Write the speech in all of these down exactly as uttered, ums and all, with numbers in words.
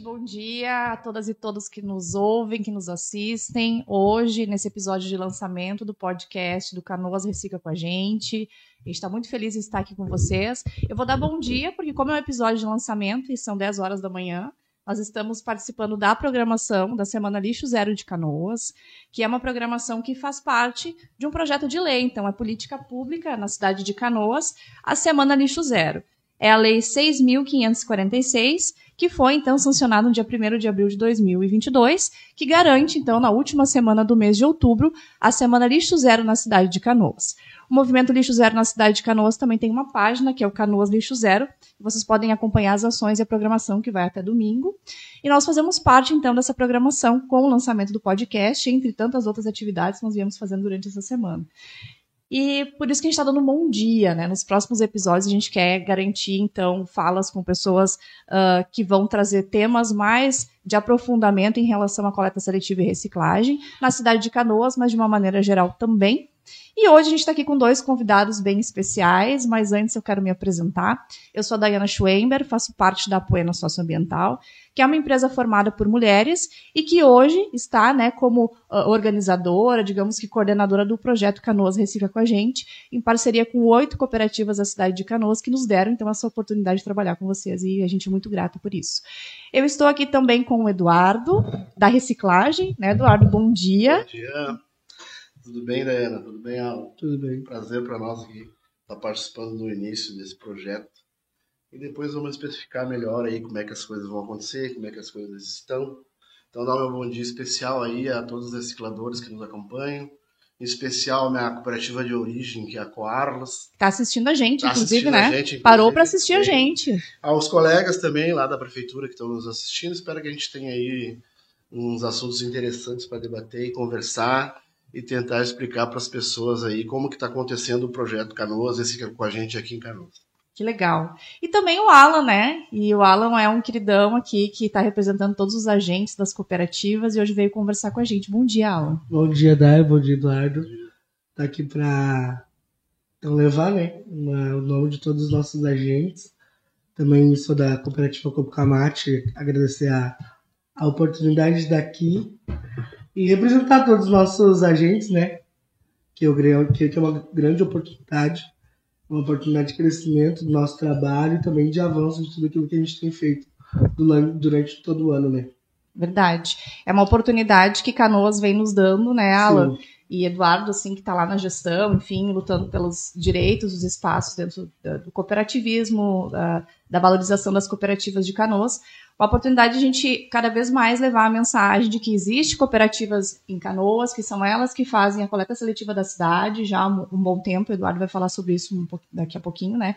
bom dia a todas e todos que nos ouvem, que nos assistem. Hoje, nesse episódio de lançamento do podcast do Canoas Recicla com a gente. A gente está muito feliz em estar aqui com vocês. Eu vou dar bom dia, porque como é um episódio de lançamento e são dez horas da manhã, nós estamos participando da programação da Semana Lixo Zero de Canoas, que é uma programação que faz parte de um projeto de lei. Então, é política pública na cidade de Canoas, a Semana Lixo Zero. É a Lei seis mil quinhentos e quarenta e seis, que foi, então, sancionada no dia primeiro de abril de dois mil e vinte e dois, que garante, então, na última semana do mês de outubro, a Semana Lixo Zero na cidade de Canoas. O Movimento Lixo Zero na cidade de Canoas também tem uma página, que é o Canoas Lixo Zero. Vocês podem acompanhar as ações e a programação que vai até domingo. E nós fazemos parte, então, dessa programação com o lançamento do podcast, entre tantas outras atividades que nós viemos fazendo durante essa semana. E por isso que a gente está dando um bom dia, né? Nos próximos episódios a gente quer garantir, então, falas com pessoas uh, que vão trazer temas mais de aprofundamento em relação à coleta seletiva e reciclagem na cidade de Canoas, mas de uma maneira geral também. E hoje a gente está aqui com dois convidados bem especiais, mas antes eu quero me apresentar. Eu sou a Dayana Schwember, faço parte da Apoena Socioambiental, que é uma empresa formada por mulheres e que hoje está, né, como uh, organizadora, digamos que coordenadora do projeto Canoas Recicla com a gente, em parceria com oito cooperativas da cidade de Canoas que nos deram, então, essa oportunidade de trabalhar com vocês e a gente é muito grata por isso. Eu estou aqui também com o Eduardo, da Reciclagem, né, Eduardo, bom dia. Bom dia. Tudo bem, Dayana? Tudo bem, Alan? Tudo bem. Prazer para nós aqui estar participando do início desse projeto. E depois vamos especificar melhor aí como é que as coisas vão acontecer, como é que as coisas estão. Então, dá um bom dia especial aí a todos os recicladores que nos acompanham. Em especial a minha cooperativa de origem, que é a Coarlas. Está assistindo a gente, tá inclusive, assistindo né? A gente, inclusive, Parou para assistir bem. a gente. Aos colegas também lá da prefeitura que estão nos assistindo. Espero que a gente tenha aí uns assuntos interessantes para debater e conversar e tentar explicar para as pessoas aí como que está acontecendo o projeto Canoas, esse que é com a gente aqui em Canoas. Que legal. E também o Alan, né? E o Alan é um queridão aqui que está representando todos os agentes das cooperativas e hoje veio conversar com a gente. Bom dia, Alan. Bom dia, Day. Bom dia, Eduardo. Tá aqui para então, levar, né, uma, o nome de todos os nossos agentes. Também sou da cooperativa Copcamate, agradecer a, a oportunidade de estar aqui e representar todos os nossos agentes, né? Que, eu, que é uma grande oportunidade, uma oportunidade de crescimento do nosso trabalho e também de avanço de tudo aquilo que a gente tem feito durante todo o ano, né? Verdade. É uma oportunidade que Canoas vem nos dando, né, Alan? Sim. E Eduardo, assim, que está lá na gestão, enfim, lutando pelos direitos, os espaços dentro do cooperativismo, da, da valorização das cooperativas de Canoas. Uma oportunidade de a gente cada vez mais levar a mensagem de que existe cooperativas em Canoas, que são elas que fazem a coleta seletiva da cidade já há um, um bom tempo. O Eduardo vai falar sobre isso um pouquinho, daqui a pouquinho, né?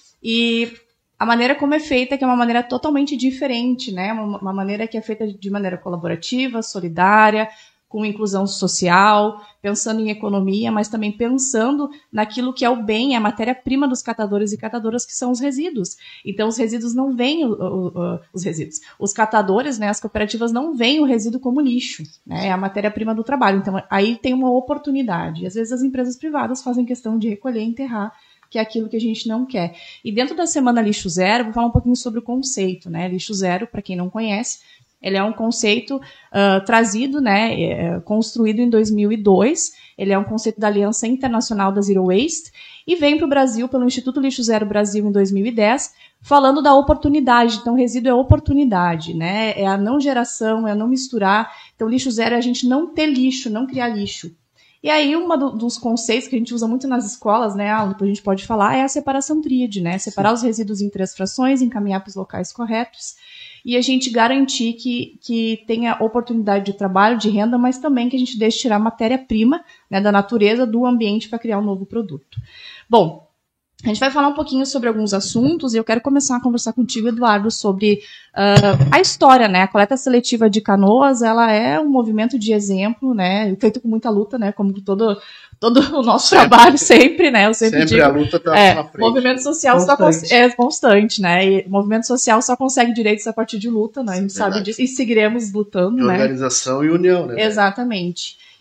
E a maneira como é feita, que é uma maneira totalmente diferente, né? Uma, uma maneira que é feita de maneira colaborativa, solidária, com inclusão social, pensando em economia, mas também pensando naquilo que é o bem, a matéria-prima dos catadores e catadoras, que são os resíduos. Então, os resíduos não veem, o, o, o, os resíduos, os catadores, né, as cooperativas não veem o resíduo como lixo, né, é a matéria-prima do trabalho. Então, aí tem uma oportunidade. E, às vezes, as empresas privadas fazem questão de recolher e enterrar, que é aquilo que a gente não quer. E dentro da Semana Lixo Zero, vou falar um pouquinho sobre o conceito, né, Lixo Zero, para quem não conhece, ele é um conceito uh, trazido, né, é, construído em dois mil e dois. Ele é um conceito da Aliança Internacional da Zero Waste e vem para o Brasil pelo Instituto Lixo Zero Brasil em dois mil e dez, falando da oportunidade. Então, resíduo é oportunidade, né? É a não geração, é a não misturar. Então, lixo zero é a gente não ter lixo, não criar lixo. E aí, um do, dos conceitos que a gente usa muito nas escolas, né, Alan, que a gente pode falar, é a separação tríade, né? Separar Sim. os resíduos em três frações, encaminhar para os locais corretos e a gente garantir que, que tenha oportunidade de trabalho, de renda, mas também que a gente deixe tirar matéria-prima, né, da natureza, do ambiente para criar um novo produto. Bom, a gente vai falar um pouquinho sobre alguns assuntos e eu quero começar a conversar contigo, Eduardo, sobre uh, a história, né? A coleta seletiva de Canoas, ela é um movimento de exemplo, né? Feito com muita luta, né? Como todo, todo o nosso sempre. trabalho, sempre, né? Eu sempre, sempre digo, a luta está é, na frente. O movimento social só cons- é constante, né? E o movimento social só consegue direitos a partir de luta, né? A gente Sim, sabe disso e seguiremos lutando, de né? Organização e união, né? Exatamente.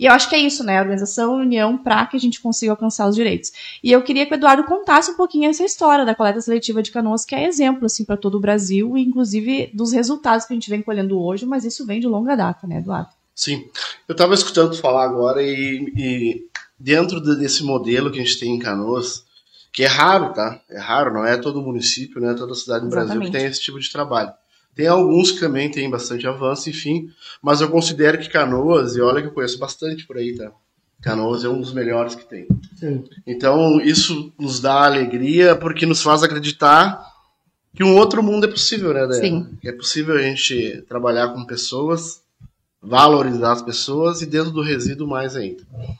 E eu acho que é isso, né? A organização, a união, para que a gente consiga alcançar os direitos. E eu queria que o Eduardo contasse um pouquinho essa história da coleta seletiva de Canoas, que é exemplo, assim, para todo o Brasil, e inclusive dos resultados que a gente vem colhendo hoje, mas isso vem de longa data, né, Eduardo? Sim. Eu estava escutando falar agora e, e dentro desse modelo que a gente tem em Canoas, que é raro, tá? É raro, não é todo município, não é toda cidade no Brasil que tem esse tipo de trabalho. Tem alguns que também têm bastante avanço, enfim, mas eu considero que Canoas, e olha que eu conheço bastante por aí, tá? Canoas é um dos melhores que tem. Sim. Então, isso nos dá alegria porque nos faz acreditar que um outro mundo é possível, né, Débora? Sim. É possível a gente trabalhar com pessoas, valorizar as pessoas e dentro do resíduo mais ainda.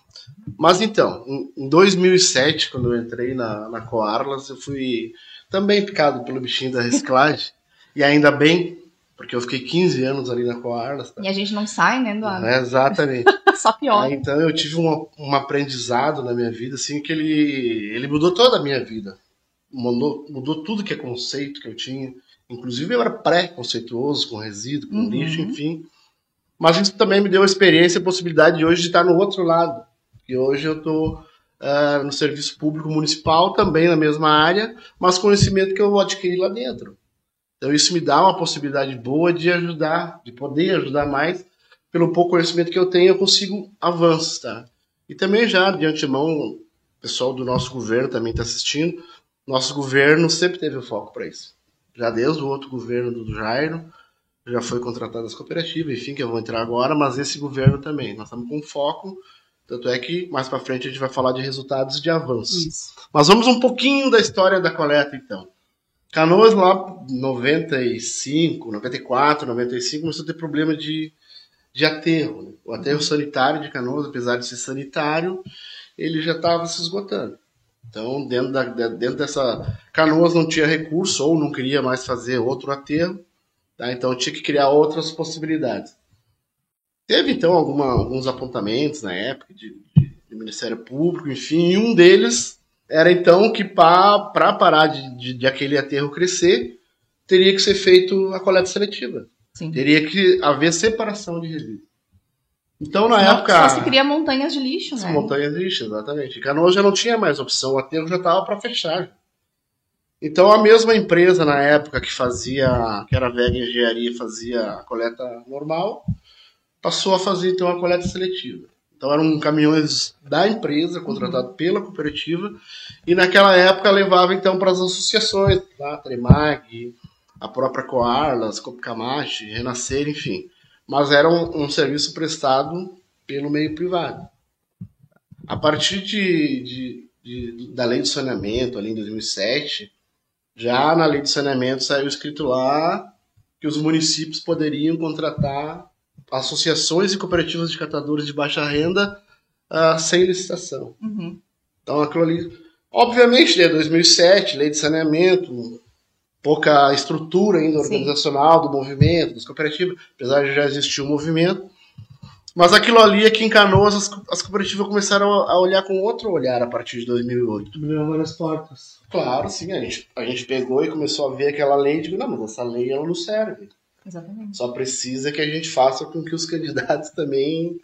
Mas então, em dois mil e sete, quando eu entrei na, na Coarlas, eu fui também picado pelo bichinho da reciclagem. E ainda bem, porque eu fiquei quinze anos ali na Coarlas. Tá? E a gente não sai, né, Eduardo? É, exatamente. Só pior. Aí, então eu tive um, um aprendizado na minha vida, assim, que ele, ele mudou toda a minha vida. Mudou, mudou tudo que é conceito que eu tinha. Inclusive eu era pré-conceituoso com resíduo, com Uhum. lixo, enfim. Mas isso também me deu a experiência e a possibilidade de hoje de estar no outro lado. E hoje eu estou uh, no serviço público municipal, também na mesma área, mas conhecimento que eu adquiri lá dentro. Então isso me dá uma possibilidade boa de ajudar, de poder ajudar mais. Pelo pouco conhecimento que eu tenho, eu consigo avanços, tá? E também já, de antemão, o pessoal do nosso governo também está assistindo. Nosso governo sempre teve o foco para isso. Já desde o outro governo do Jairo, já foi contratado as cooperativas, enfim, que eu vou entrar agora, mas esse governo também. Nós estamos com foco, tanto é que mais para frente a gente vai falar de resultados e de avanços. Isso. Mas vamos um pouquinho da história da coleta, então. Canoas lá, noventa e cinco, noventa e quatro, noventa e cinco, começou a ter problema de, de aterro. Né? O aterro sanitário de Canoas, apesar de ser sanitário, ele já estava se esgotando. Então, dentro, da, dentro dessa... Canoas não tinha recurso ou não queria mais fazer outro aterro, tá? Então tinha que criar outras possibilidades. Teve, então, alguma, alguns apontamentos na época de, de, de Ministério Público, enfim, e um deles... era então que para parar de, de, de aquele aterro crescer, teria que ser feito a coleta seletiva. Sim. Teria que haver separação de resíduos. Então, na Senão, época... Só se cria montanhas de lixo, né? Montanhas de lixo, exatamente. Canoas já não tinha mais opção, o aterro já estava para fechar. Então, a mesma empresa, na época, que fazia, que era a Vega Engenharia, fazia a coleta normal, passou a fazer, então, a coleta seletiva. Então eram caminhões da empresa, contratado uhum. pela cooperativa, e naquela época levava então para as associações, tá? Tremag, a própria Coarlas, Copcamache, Renascer, enfim. Mas era um, um serviço prestado pelo meio privado. A partir de, de, de, da lei do saneamento, ali em dois mil e sete, já na lei do saneamento saiu escrito lá que os municípios poderiam contratar associações e cooperativas de catadores de baixa renda uh, sem licitação. Uhum. Então, aquilo ali... Obviamente, né, dois mil e sete, lei de saneamento, pouca estrutura ainda organizacional Sim. do movimento, das cooperativas, apesar de já existir um movimento. Mas aquilo ali, aqui em Canoas, as, as cooperativas começaram a olhar com outro olhar a partir de dois mil e oito. Abriu várias portas. Claro, sim. A gente, a gente pegou e começou a ver aquela lei e digo, não, mas essa lei ela não serve. Exatamente. Só precisa que a gente faça com que os candidatos também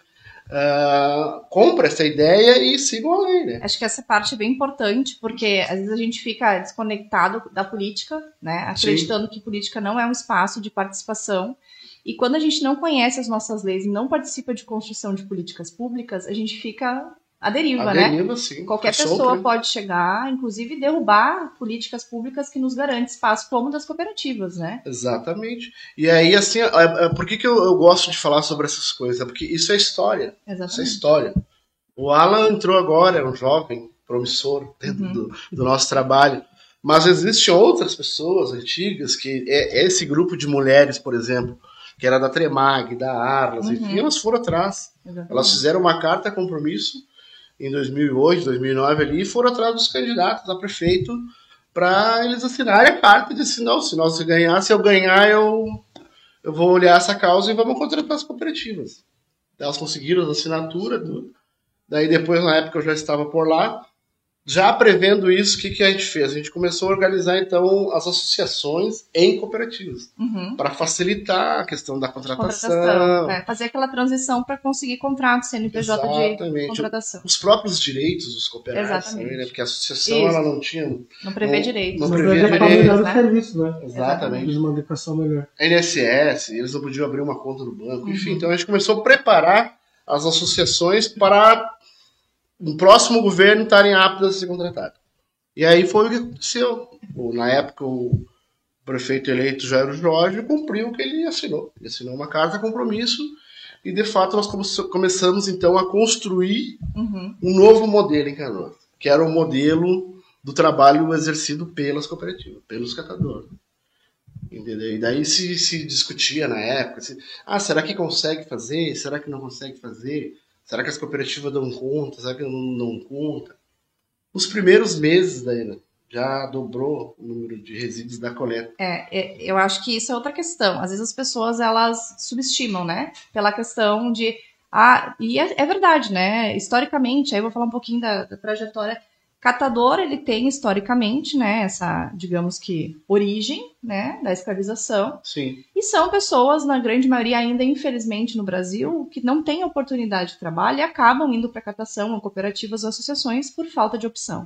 uh, comprem essa ideia e sigam a lei, né? Acho que essa parte é bem importante, porque às vezes a gente fica desconectado da política, né? Acreditando Sim. que política não é um espaço de participação. E quando a gente não conhece as nossas leis e não participa de construção de políticas públicas, a gente fica à deriva, a né? deriva, sim. Qualquer é pessoa solto, pode chegar, inclusive derrubar políticas públicas que nos garantem espaço, como das cooperativas, né? Exatamente. E aí, assim, é, é, por que, que eu, eu gosto de falar sobre essas coisas? Porque isso é história. Exatamente. Isso é história. O Alan entrou agora, é um jovem promissor dentro uhum. do, do nosso trabalho. Mas existem outras pessoas antigas, que é, é esse grupo de mulheres, por exemplo, que era da Tremag, da Arlas, uhum. enfim, elas foram atrás. Exatamente. Elas fizeram uma carta compromisso em dois mil e oito, dois mil e nove ali, e foram atrás dos candidatos a prefeito para eles assinarem a carta e disse, não, se nós ganhar, se eu ganhar, eu, eu vou olhar essa causa e vamos contratar as cooperativas. Elas conseguiram a assinatura, tudo. Daí depois, na época, eu já estava por lá, Já prevendo isso, o que, que a gente fez? A gente começou a organizar, então, as associações em cooperativas, Uhum. para facilitar a questão da contratação. Contratação, é, fazer aquela transição para conseguir contrato C N P J Exatamente. de contratação. Os próprios direitos dos cooperados Exatamente. também, né? Porque a associação Isso. ela não tinha... Não prevê não, direitos. Não Mas prevê adequar direitos. melhor o né? serviço, né? Exatamente. Fiz uma adequação melhor. N S S, eles não podiam abrir uma conta no banco. Uhum. Enfim, então a gente começou a preparar as associações para o próximo governo estarem aptas a ser contratadas. E aí foi o que aconteceu. Na época, o prefeito eleito Jairo Jorge cumpriu o que ele assinou. Ele assinou uma carta de compromisso e, de fato, nós começamos, então, a construir Uhum. um novo modelo em Canoas, que era o modelo do trabalho exercido pelas cooperativas, pelos catadores. Entendeu? E daí se, se discutia na época, se, ah, será que consegue fazer? Será que não consegue fazer? Será que as cooperativas dão conta? Será que não dão conta? Nos primeiros meses, Daína, já dobrou o número de resíduos da coleta. É, é, eu acho que isso é outra questão. Às vezes as pessoas, elas subestimam, né? Pela questão de... Ah, e é, é verdade, né? Historicamente, aí eu vou falar um pouquinho da, da trajetória. Catador, ele tem historicamente, né, essa, digamos que, origem, né, da escravização. Sim. E são pessoas, na grande maioria, ainda infelizmente no Brasil, que não têm oportunidade de trabalho e acabam indo para catação ou cooperativas ou associações por falta de opção.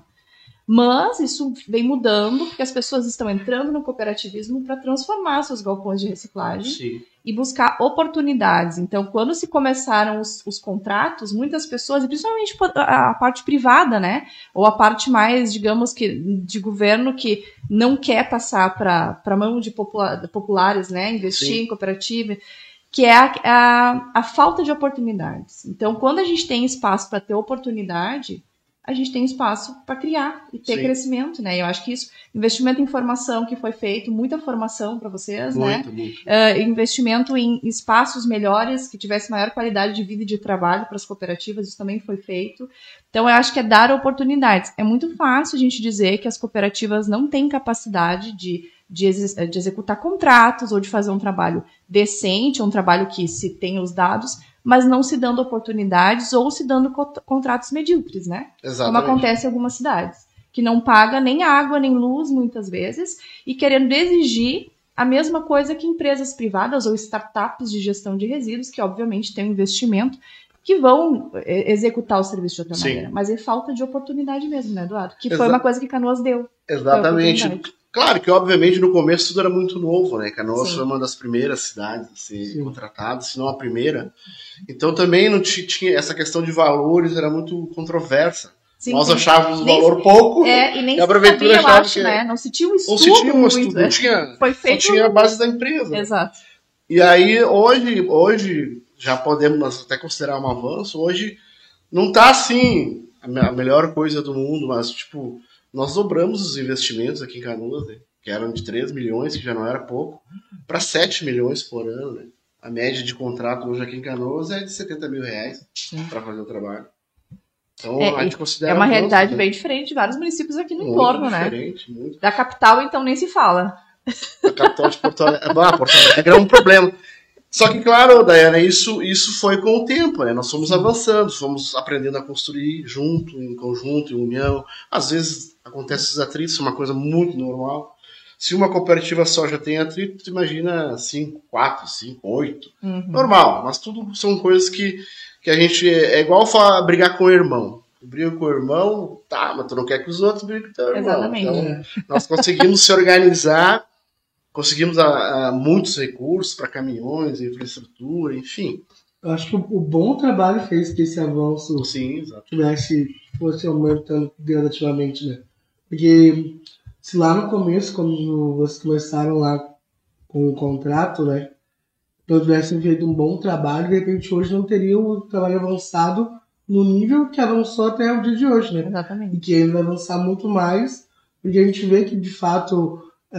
Mas isso vem mudando, porque as pessoas estão entrando no cooperativismo para transformar seus galpões de reciclagem. Sim. E buscar oportunidades. Então, quando se começaram os, os contratos, muitas pessoas, e principalmente a, a parte privada, né? Ou a parte mais, digamos que, de governo que não quer passar para a mão de popula, populares, né? Investir Sim. em cooperativa, que é a, a, a falta de oportunidades. Então, quando a gente tem espaço para ter oportunidade, a gente tem espaço para criar e ter Sim. crescimento, né? Eu acho que isso, investimento em formação que foi feito, muita formação para vocês, Muito, né? muito. Uh, investimento em espaços melhores, que tivesse maior qualidade de vida e de trabalho para as cooperativas, isso também foi feito. Então, eu acho que é dar oportunidades. É muito fácil a gente dizer que as cooperativas não têm capacidade de, de, ex de executar contratos ou de fazer um trabalho decente, um trabalho que se tem os dados, mas não se dando oportunidades ou se dando co contratos medíocres, né? Exatamente. Como acontece em algumas cidades, que não paga nem água nem luz, muitas vezes, e querendo exigir a mesma coisa que empresas privadas ou startups de gestão de resíduos, que obviamente têm um investimento, que vão executar o serviço de outra Sim. maneira. Mas é falta de oportunidade mesmo, né, Eduardo? Que Exa foi uma coisa que Canoas deu. Exatamente. Claro que, obviamente, no começo tudo era muito novo, né? Canoas Sim. foi uma das primeiras cidades a ser Sim. contratada, se não a primeira. Então também não tinha essa questão de valores, era muito controversa. Sim, Nós sim. achávamos o Nem valor pouco. É, e nem E a se prefeitura sabia, eu achava acho, que- né? Não se tinha um estudo Não se tinha um muito. estudo, não tinha, Foi só feito... tinha a base da empresa. Exato. E aí, hoje, hoje, já podemos até considerar um avanço, hoje não tá assim a me- a melhor coisa do mundo, mas, tipo, nós dobramos os investimentos aqui em Canoas, né, que eram de três milhões, que já não era pouco, para sete milhões por ano, né? A média de contrato hoje aqui em Canoas é de setenta mil reais para fazer o trabalho. Então, É, a gente considera É uma um avanço, realidade né? bem diferente de vários municípios aqui no Muito entorno, né? diferente, muito. Da capital, então, nem se fala. A capital de Porto Alegre. Ah, Porto Alegre é um problema. Só que, claro, Daiana, isso, isso foi com o tempo, né? Nós fomos avançando, fomos aprendendo a construir junto, em conjunto, em união. Às vezes acontecem esses atritos, é uma coisa muito normal. Se uma cooperativa só já tem atrito, tu imagina cinco, quatro, cinco, oito. Uhum. Normal, mas tudo são coisas que, que a gente... É igual falar, brigar com o irmão. Tu briga com o irmão, tá, mas tu não quer que os outros briguem com o teu irmão. Exatamente. Então, nós conseguimos se organizar, conseguimos a, a muitos recursos para caminhões, infraestrutura, enfim. Eu acho que o, o bom trabalho fez que esse avanço Sim, exato. tivesse, fosse aumentando gradativamente, né? Porque se lá no começo, quando vocês começaram lá com o contrato, né? Então tivessem feito um bom trabalho, de repente hoje não teria o trabalho avançado no nível que avançou até o dia de hoje, né? Exatamente. E que ainda vai avançar muito mais, porque a gente vê que, de fato,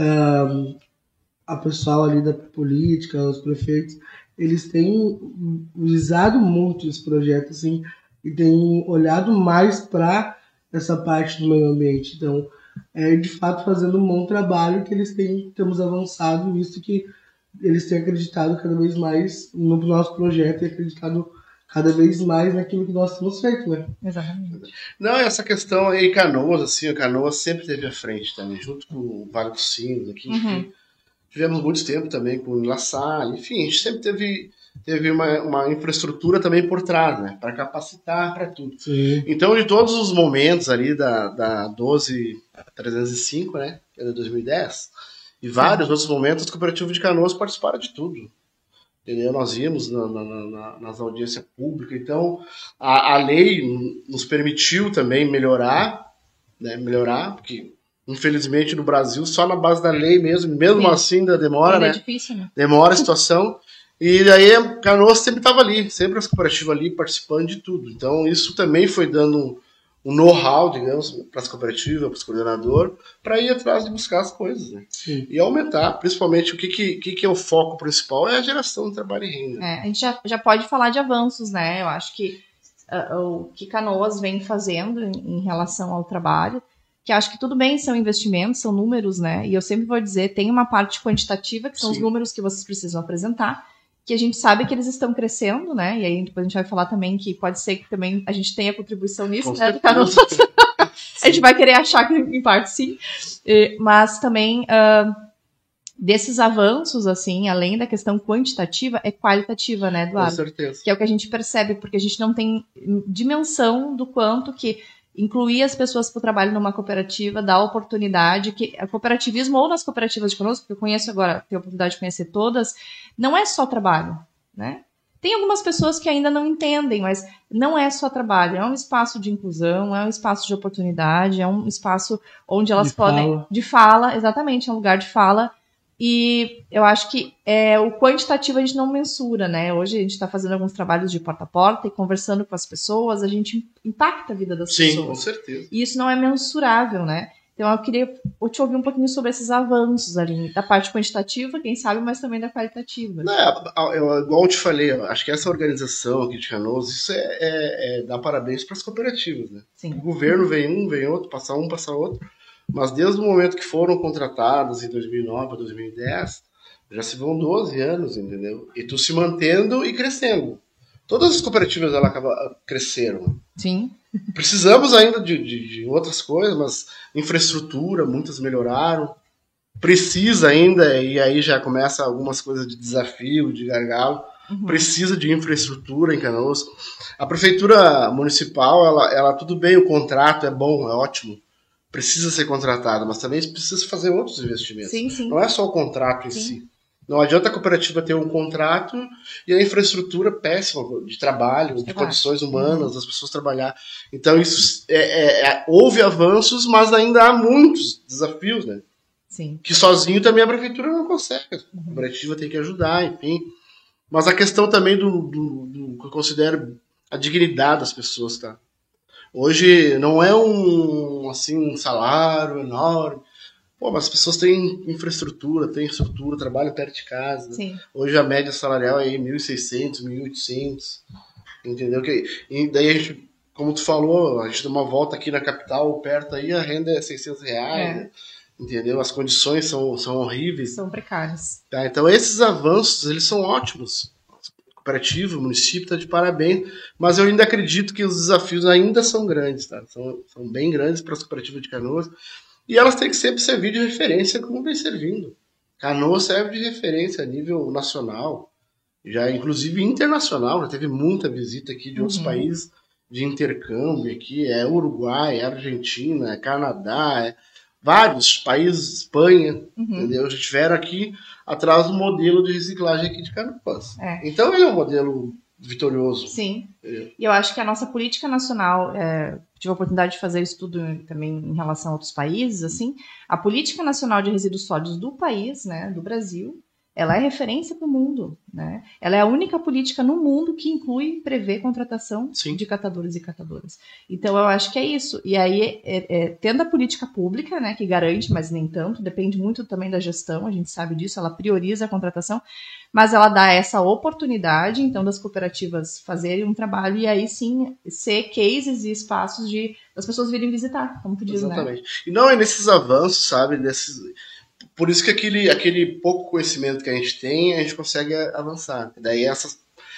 um, a pessoal ali da política, os prefeitos, eles têm visado muito esse projeto, assim, e têm olhado mais para essa parte do meio ambiente. Então, é de fato fazendo um bom trabalho que eles têm, temos avançado, visto que eles têm acreditado cada vez mais no nosso projeto e acreditado cada vez mais naquilo que nós temos feito, né? Exatamente. Não, essa questão aí, Canoas, assim, a Canoas sempre teve à frente também, junto com o Vale dos Sinos, aqui, Uhum. tivemos muito tempo também com o La Salle, enfim, a gente sempre teve, teve uma, uma infraestrutura também por trás, né, para capacitar para tudo. Sim. Então, de todos os momentos ali da, da doze trezentos e cinco, né, que é de dois mil e dez, e vários outros momentos, os cooperativos de Canoas participaram de tudo. Entendeu? Nós íamos na, na, na, nas audiências públicas, então a, a lei nos permitiu também melhorar, né, melhorar, porque infelizmente no Brasil só na base da lei mesmo, mesmo Sim. assim ainda demora, Ainda né? é difícil, né? Demora a situação, e daí Canoas sempre estava ali, sempre as cooperativas ali participando de tudo, então isso também foi dando um know-how, digamos, para as cooperativas, para os coordenadores, para ir atrás de buscar as coisas, né? Sim. E aumentar, principalmente, o que, que, que, que é o foco principal é a geração de trabalho e renda. É, a gente já, já pode falar de avanços, né? Eu acho que uh, o que Canoas vem fazendo em, em relação ao trabalho, que acho que tudo bem, são investimentos, são números, né? E eu sempre vou dizer, tem uma parte quantitativa, que são Sim. os números que vocês precisam apresentar, que a gente sabe que eles estão crescendo, né? E aí depois a gente vai falar também que pode ser que também a gente tenha contribuição nisso, Com né? Do certeza. Canoas. A gente vai querer achar que em parte sim. E, mas também uh, desses avanços, assim, além da questão quantitativa, é qualitativa, né, Com Eduardo? certeza. Que é o que a gente percebe, porque a gente não tem dimensão do quanto que incluir as pessoas para o trabalho numa cooperativa dá oportunidade, que o cooperativismo ou nas cooperativas de Canoas, porque eu conheço agora, tenho a oportunidade de conhecer todas, não é só trabalho, né? Tem algumas pessoas que ainda não entendem, mas não é só trabalho, é um espaço de inclusão, é um espaço de oportunidade, é um espaço onde elas De podem... fala. De fala, exatamente, é um lugar de fala. E eu acho que é, o quantitativo a gente não mensura, né? Hoje a gente está fazendo alguns trabalhos de porta a porta e conversando com as pessoas, a gente impacta a vida das Sim, pessoas. com certeza. E isso não é mensurável, né? Então eu queria te ouvir um pouquinho sobre esses avanços ali, da parte quantitativa, quem sabe, mas também da qualitativa. Não, é, eu, igual eu te falei, eu acho que essa organização aqui de Canoas, isso é, é, é dar parabéns para as cooperativas, né? Sim. O governo vem um, vem outro, passa um, passa outro, mas desde o momento que foram contratadas em dois mil e nove a dois mil e dez, já se vão doze anos, entendeu? E tu se mantendo e crescendo. Todas as cooperativas ela acaba, cresceram. Sim. Precisamos ainda de, de, de outras coisas, mas infraestrutura, muitas melhoraram. Precisa ainda, e aí já começa algumas coisas de desafio, de gargalo. Uhum. Precisa de infraestrutura em Canoas. A prefeitura municipal, ela, ela tudo bem, o contrato é bom, é ótimo. Precisa ser contratada, mas também precisa fazer outros investimentos. Sim, sim. Não é só o contrato em sim. si. Não adianta a cooperativa ter um contrato e a infraestrutura péssima de trabalho, de condições humanas, das pessoas trabalhar. Então, isso é, é, é, houve avanços, mas ainda há muitos desafios, né? Sim. Que sozinho também a prefeitura não consegue. A cooperativa tem que ajudar, enfim. Mas a questão também do, do, do que eu considero a dignidade das pessoas, tá? Hoje não é um, assim, um salário enorme. Pô, mas as pessoas têm infraestrutura, têm estrutura, trabalham perto de casa. Sim. Hoje a média salarial é mil e seiscentos, mil e oitocentos. Entendeu? E daí a gente, como tu falou, a gente dá uma volta aqui na capital, perto aí, a renda é seiscentos reais. É. Né? Entendeu? As condições são, são horríveis. São precárias. Tá, então esses avanços, eles são ótimos. Cooperativa, o município está de parabéns, mas eu ainda acredito que os desafios ainda são grandes, tá? São, são bem grandes para as cooperativas de Canoas. E elas têm que sempre servir de referência como vem servindo. Canoas serve de referência a nível nacional, já inclusive internacional, já teve muita visita aqui de outros uhum. países de intercâmbio aqui, é Uruguai, é Argentina, é Canadá, é vários países, Espanha, uhum. entendeu? Já estiveram aqui atrás do modelo de reciclagem aqui de Canoas. É. Então ele é um modelo vitorioso. Sim. É. E eu acho que a nossa política nacional, é, tive a oportunidade de fazer estudo também em relação a outros países, assim, a política nacional de resíduos sólidos do país, né, do Brasil, ela é referência para o mundo, né? Ela é a única política no mundo que inclui e prevê contratação Sim. de catadores e catadoras. Então, eu acho que é isso. E aí, é, é, tendo a política pública, né, que garante, mas nem tanto, depende muito também da gestão, a gente sabe disso, ela prioriza a contratação, mas ela dá essa oportunidade, então, das cooperativas fazerem um trabalho e aí, sim, ser cases e espaços de as pessoas virem visitar, como tu diz, Exatamente. né? E não é nesses avanços, sabe, nesses... Por isso que aquele, aquele pouco conhecimento que a gente tem, a gente consegue avançar. Daí essas,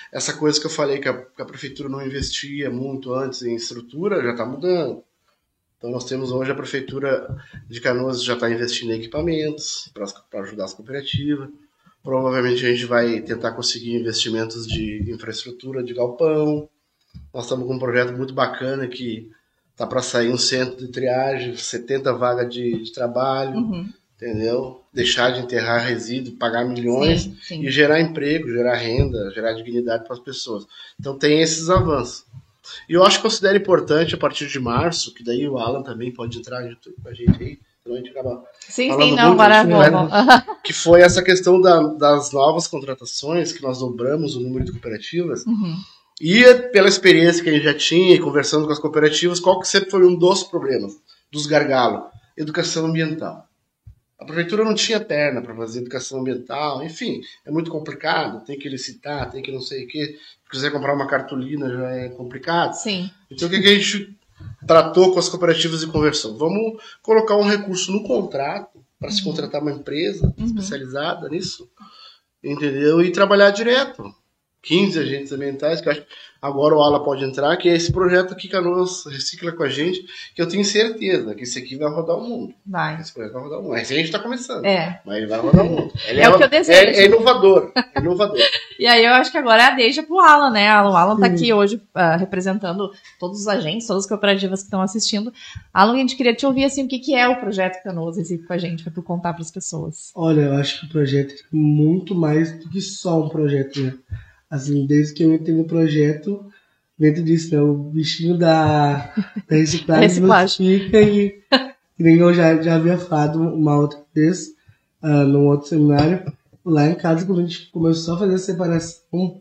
essa coisa que eu falei que a, que a prefeitura não investia muito antes em estrutura, já está mudando. Então nós temos hoje a prefeitura de Canoas já está investindo em equipamentos para ajudar as cooperativas. Provavelmente a gente vai tentar conseguir investimentos de infraestrutura, de galpão. Nós estamos com um projeto muito bacana que tá para sair um centro de triagem, setenta vagas de, de trabalho, uhum. entendeu? Deixar de enterrar resíduo, pagar milhões sim, sim. e gerar emprego, gerar renda, gerar dignidade para as pessoas. Então tem esses avanços. E eu acho que considero importante a partir de março, que daí o Alan também pode entrar com a gente aí, senão a gente acaba sim, falando sim, não, muito, agora né? vamos. Que foi essa questão da, das novas contratações, que nós dobramos o número de cooperativas. Uhum. E pela experiência que a gente já tinha e conversando com as cooperativas, qual que sempre foi um dos problemas, dos gargalos? Educação ambiental. A prefeitura não tinha perna para fazer educação ambiental, enfim, é muito complicado, tem que licitar, tem que não sei o quê. Se quiser comprar uma cartolina já é complicado. Sim. Então o que, que a gente tratou com as cooperativas e conversou? Vamos colocar um recurso no contrato para se contratar uma empresa uhum. especializada nisso, entendeu? E trabalhar direto. quinze agentes ambientais, que eu acho que agora o Ala pode entrar, que é esse projeto aqui que a Canoas recicla com a gente, que eu tenho certeza que esse aqui vai rodar o mundo. Vai. Esse projeto vai rodar o mundo. Esse a gente está começando. É. Mas ele vai rodar o mundo. Ele é, é o que eu desejo. É, é inovador. É inovador. E aí eu acho que agora é a deixa pro Alan, né? O Alan está aqui hoje uh, representando todos os agentes, todas as cooperativas que estão assistindo. Alan, a gente queria te ouvir assim, o que, que é o projeto Canoas Recicla com a gente, para tu contar para as pessoas. Olha, eu acho que o projeto é muito mais do que só um projeto, né? Assim, desde que eu entrei no projeto, dentro disso, né, o bichinho da, da reciclagem fica e, e nem eu já, já havia falado uma outra vez, uh, num outro seminário, lá em casa, quando a gente começou a fazer a separação,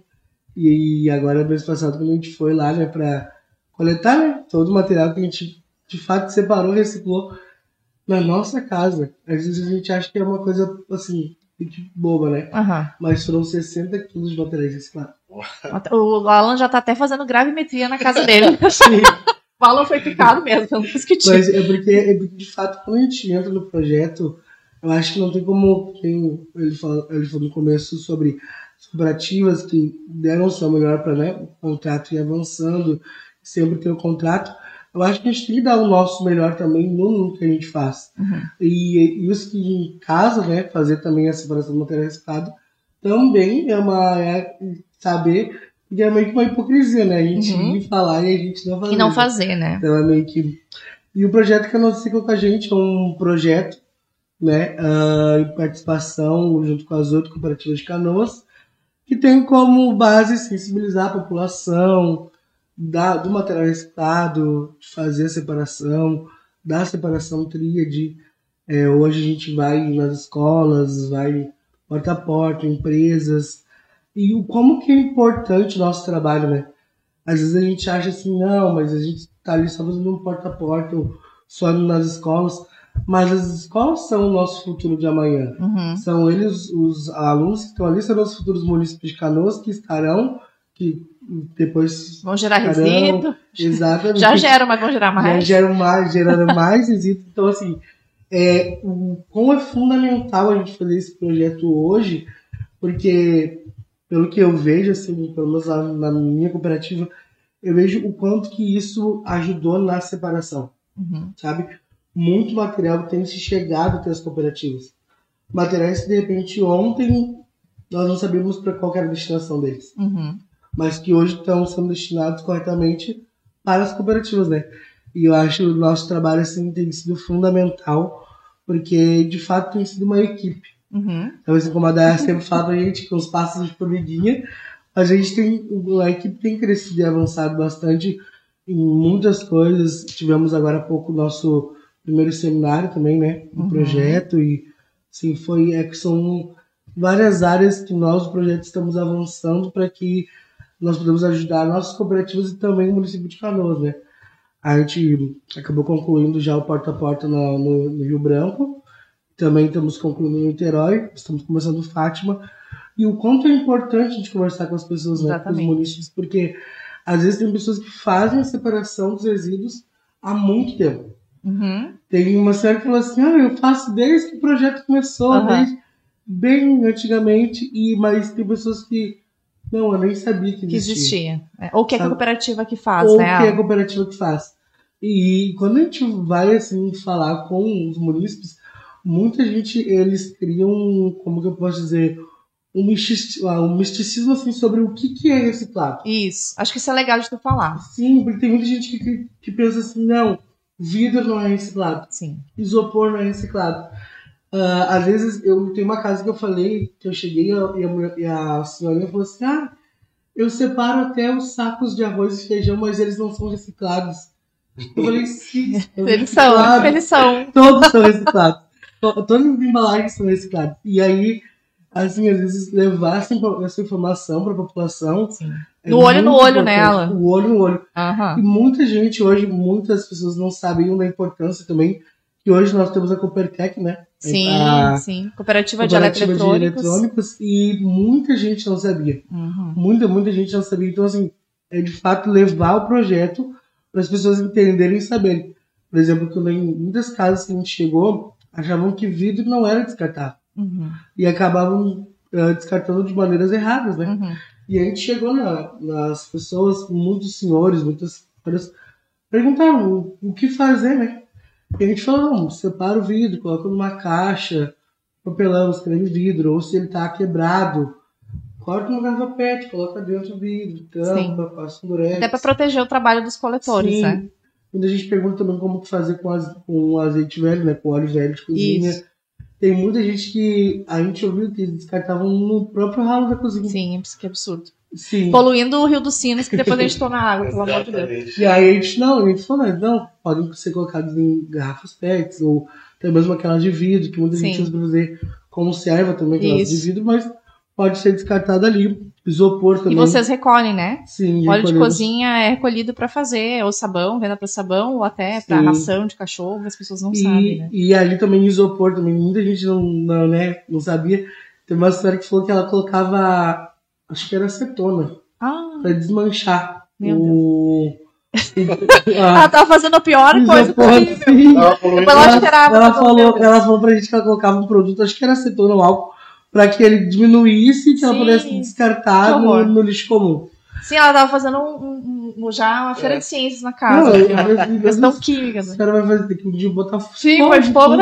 e agora, mês passado, quando a gente foi lá, né, para coletar, né, todo o material que a gente, de fato, separou e reciclou na nossa casa. Às vezes a gente acha que é uma coisa, assim, boba, né? Uhum. Mas foram sessenta quilos de materiais reciclados. O Alan já tá até fazendo gravimetria na casa dele. Sim. O Alan foi picado mesmo, pelo mosquitinho. Mas é porque, é porque, de fato, quando a gente entra no projeto, eu acho que não tem como, quem ele falou, ele falou no começo sobre as cooperativas que deram o seu melhor para, né, o contrato ir avançando, sempre ter o contrato. Eu acho que a gente tem que dar o nosso melhor também no que a gente faz. Uhum. E, e isso que em casa, né, fazer também a separação do material reciclado, também é uma, é saber, que é meio que uma hipocrisia, né? A gente uhum. ir falar e a gente não fazer. E não fazer, né? Então é meio que... E o projeto que a Canoas Recicla com a gente é um projeto, né, uh, em participação junto com as outras cooperativas de Canoas, que tem como base sensibilizar a população, Da, do material reciclado, de fazer a separação, da separação tríade. É, hoje a gente vai nas escolas, vai porta a porta, empresas, e o como que é importante o nosso trabalho, né? Às vezes a gente acha assim, não, mas a gente está ali só fazendo um porta a porta, ou só indo nas escolas, mas as escolas são o nosso futuro de amanhã. Uhum. São eles, os alunos que estão ali, são os futuros municípios de Canoas, que estarão, que depois vão gerar resíduo. Exatamente. Já geram, mas vão gerar mais. Já geram mais, gerando mais resíduo. Então, assim, é, o, como é fundamental a gente fazer esse projeto hoje, porque, pelo que eu vejo, assim, pelo menos na, na minha cooperativa, eu vejo o quanto que isso ajudou na separação, uhum. sabe? Muito material tem se chegado até as cooperativas. Materiais que, de repente, ontem nós não sabíamos para qual era a destinação deles. Uhum. Mas que hoje estão sendo destinados corretamente para as cooperativas, né? E eu acho que o nosso trabalho, assim, tem sido fundamental, porque, de fato, tem sido uma equipe. Uhum. Então, assim, como a Daya sempre fala pra gente, com os passos de formiguinha, a gente tem, a equipe tem crescido e avançado bastante em muitas coisas. Tivemos agora há pouco o nosso primeiro seminário também, né? Um uhum. projeto, e, assim, foi, é que são várias áreas que nós, o projeto, estamos avançando para que nós podemos ajudar nossas cooperativas e também o município de Canoas, né? A gente acabou concluindo já o porta a porta no, no, no Rio Branco, também estamos concluindo no Niterói, estamos começando Fátima, e o quanto é importante a gente conversar com as pessoas, né, com os municípios, porque às vezes tem pessoas que fazem a separação dos resíduos há muito tempo. Uhum. Tem uma senhora que falou assim, ah, eu faço desde que o projeto começou, uhum. desde bem antigamente, e, mas tem pessoas que Não, eu nem sabia que existia. Que existia. É. Ou que é a Sabe? cooperativa que faz, Ou né? que é a cooperativa que faz. E quando a gente vai, assim, falar com os munícipes, muita gente, eles criam, como que eu posso dizer, um misticismo, um misticismo assim, sobre o que, que é reciclado. Isso. Acho que isso é legal de tu falar. Sim, porque tem muita gente que, que pensa assim, não, vidro não é reciclado, Sim. isopor não é reciclado. Uh, às vezes, eu tenho uma casa que eu falei, que eu cheguei e a, e a senhorinha falou assim, ah, eu separo até os sacos de arroz e feijão, mas eles não são reciclados. Eu falei, sim, eles são, eles são. Todos são reciclados. Todas as embalagens são recicladas. E aí, assim, às vezes, levar essa, essa informação para a população... Sim. É no olho no olho nela. O olho no olho. Uhum. E muita gente hoje, muitas pessoas não sabiam da importância também, que hoje nós temos a Coopertec, né? Sim, a sim. Cooperativa, Cooperativa de, de Eletrônicos. E muita gente não sabia. Uhum. Muita, muita gente não sabia. Então, assim, é de fato levar o projeto para as pessoas entenderem e saberem. Por exemplo, que em muitas casas que a gente chegou, achavam que vidro não era descartável. Uhum. E acabavam uh, descartando de maneiras erradas, né? Uhum. E a gente chegou na, nas pessoas, muitos senhores, muitas pessoas perguntaram o, o que fazer, né? E a gente falou, não, separa o vidro, coloca numa caixa, papelão, escreve vidro, ou se ele tá quebrado, corta uma garrafa pet, coloca dentro do vidro, tampa, passa um durex. Até para proteger o trabalho dos coletores, Sim. né? Quando a gente pergunta também como fazer com, as, com azeite velho, né? Com óleo velho de cozinha. Isso. Tem muita gente que a gente ouviu que eles descartavam no próprio ralo da cozinha. Sim, que absurdo. Sim. Poluindo o Rio dos Sinos, que depois a gente toma água, pelo amor de Deus. E aí a gente não, a gente falou, não, podem ser colocados em garrafas pets, ou até mesmo aquelas de vidro, que muita Sim. gente usa pra fazer conserva também, aquelas Isso. de vidro, mas pode ser descartada ali. Isopor também. E vocês recolhem, né? Sim, óleo de recolhemos. cozinha é recolhido para fazer ou sabão, venda para sabão, ou até para Sim. ração de cachorro, as pessoas não e, sabem, né? E ali também isopor, também muita gente não, não, né, não sabia. Tem uma história que falou que ela colocava, acho que era acetona, Ah, pra desmanchar Meu o... ela tava fazendo a pior coisa isopor, possível. sim. Depois ela Ela, tirava. ela, tudo, falou, meu Deus. ela falou pra gente que ela colocava um produto, acho que era acetona ou álcool, pra que ele diminuísse e que ela Sim. pudesse descartar Que no, horror. no lixo comum. Sim, ela tava fazendo um, um- um- já uma feira É. de ciências na Não, casa. eu- né? eu- eu- Questão eu- química. Os Né? caras vão fazer, tem que um dia botar Sim, fogo, foi de fogo, né?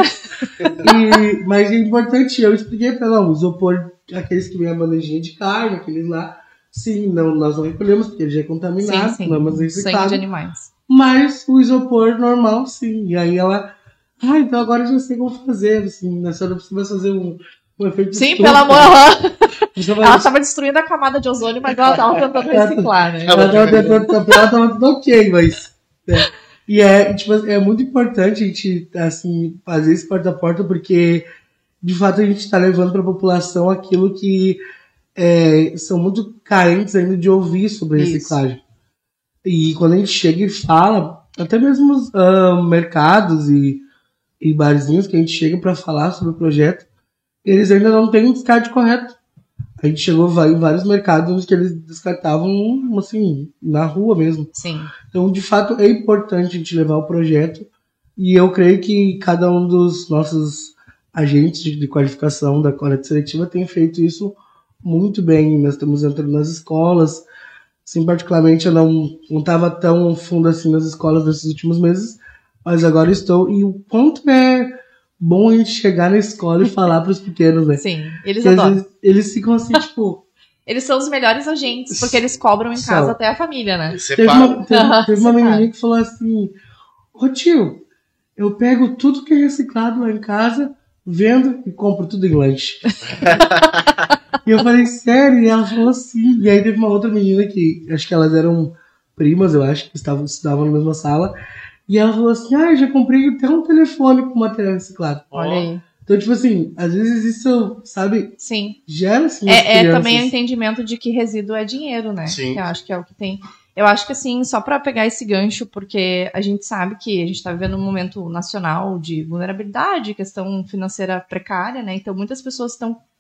E, mas é importante, eu expliquei pra ela, não, isopor, aqueles que vêm a bandejinha de carne, aqueles lá, sim, não, nós não recolhemos, porque ele já é contaminado, Sim, sim. não é mais Sangue reciclado, de animais. mas o isopor normal, sim. E aí ela, ah, então agora eu já sei como fazer, assim, na senhora precisa fazer um, um efeito Sim, estufa. pelo amor. aham. Você vai- Ela tava destruindo a camada de ozônio, mas ela tava tentando reciclar, né? Ela tava tentando tampar, ela tava tudo ok, mas. Né? E é, tipo, é muito importante a gente, assim, fazer esse porta a porta, porque de fato a gente está levando para a população aquilo que é, são muito carentes ainda de ouvir sobre Isso. reciclagem. E quando a gente chega e fala, até mesmo os ah, mercados e, e barzinhos que a gente chega para falar sobre o projeto, eles ainda não têm um descarte correto. A gente chegou vai- em vários mercados onde que eles descartavam, assim, na rua mesmo. Sim. Então, de fato, é importante a gente levar o projeto. E eu creio que cada um dos nossos agentes de, de qualificação da coleta seletiva tem feito isso muito bem. Nós estamos entrando nas escolas. Assim, particularmente, eu não estava tão fundo assim nas escolas nesses últimos meses, mas agora estou. E o quanto é bom a gente chegar na escola e falar para os pequenos, né? Sim, eles Que às adoram. vezes eles ficam assim, tipo... Eles são os melhores agentes, porque eles cobram em casa São. até a família, né? Teve uma, teve, Aham, teve uma separa. menininha que falou assim, ô tio, eu pego tudo que é reciclado lá em casa, vendo e compro tudo em lanche. E eu falei, sério? E ela falou sim. E aí teve uma outra menina que, acho que elas eram primas, eu acho, que estavam, estudavam na mesma sala. E ela falou assim, ah, eu já comprei até um telefone com material reciclado. Olha aí. Então, tipo assim, às vezes isso, sabe, Sim. gera assim nas É, é crianças. também o entendimento de que resíduo é dinheiro, né? Sim. Que eu acho que é o que tem. Eu acho que assim, só para pegar esse gancho, porque a gente sabe que a gente está vivendo um momento nacional de vulnerabilidade, questão financeira precária, né? Então muitas pessoas estão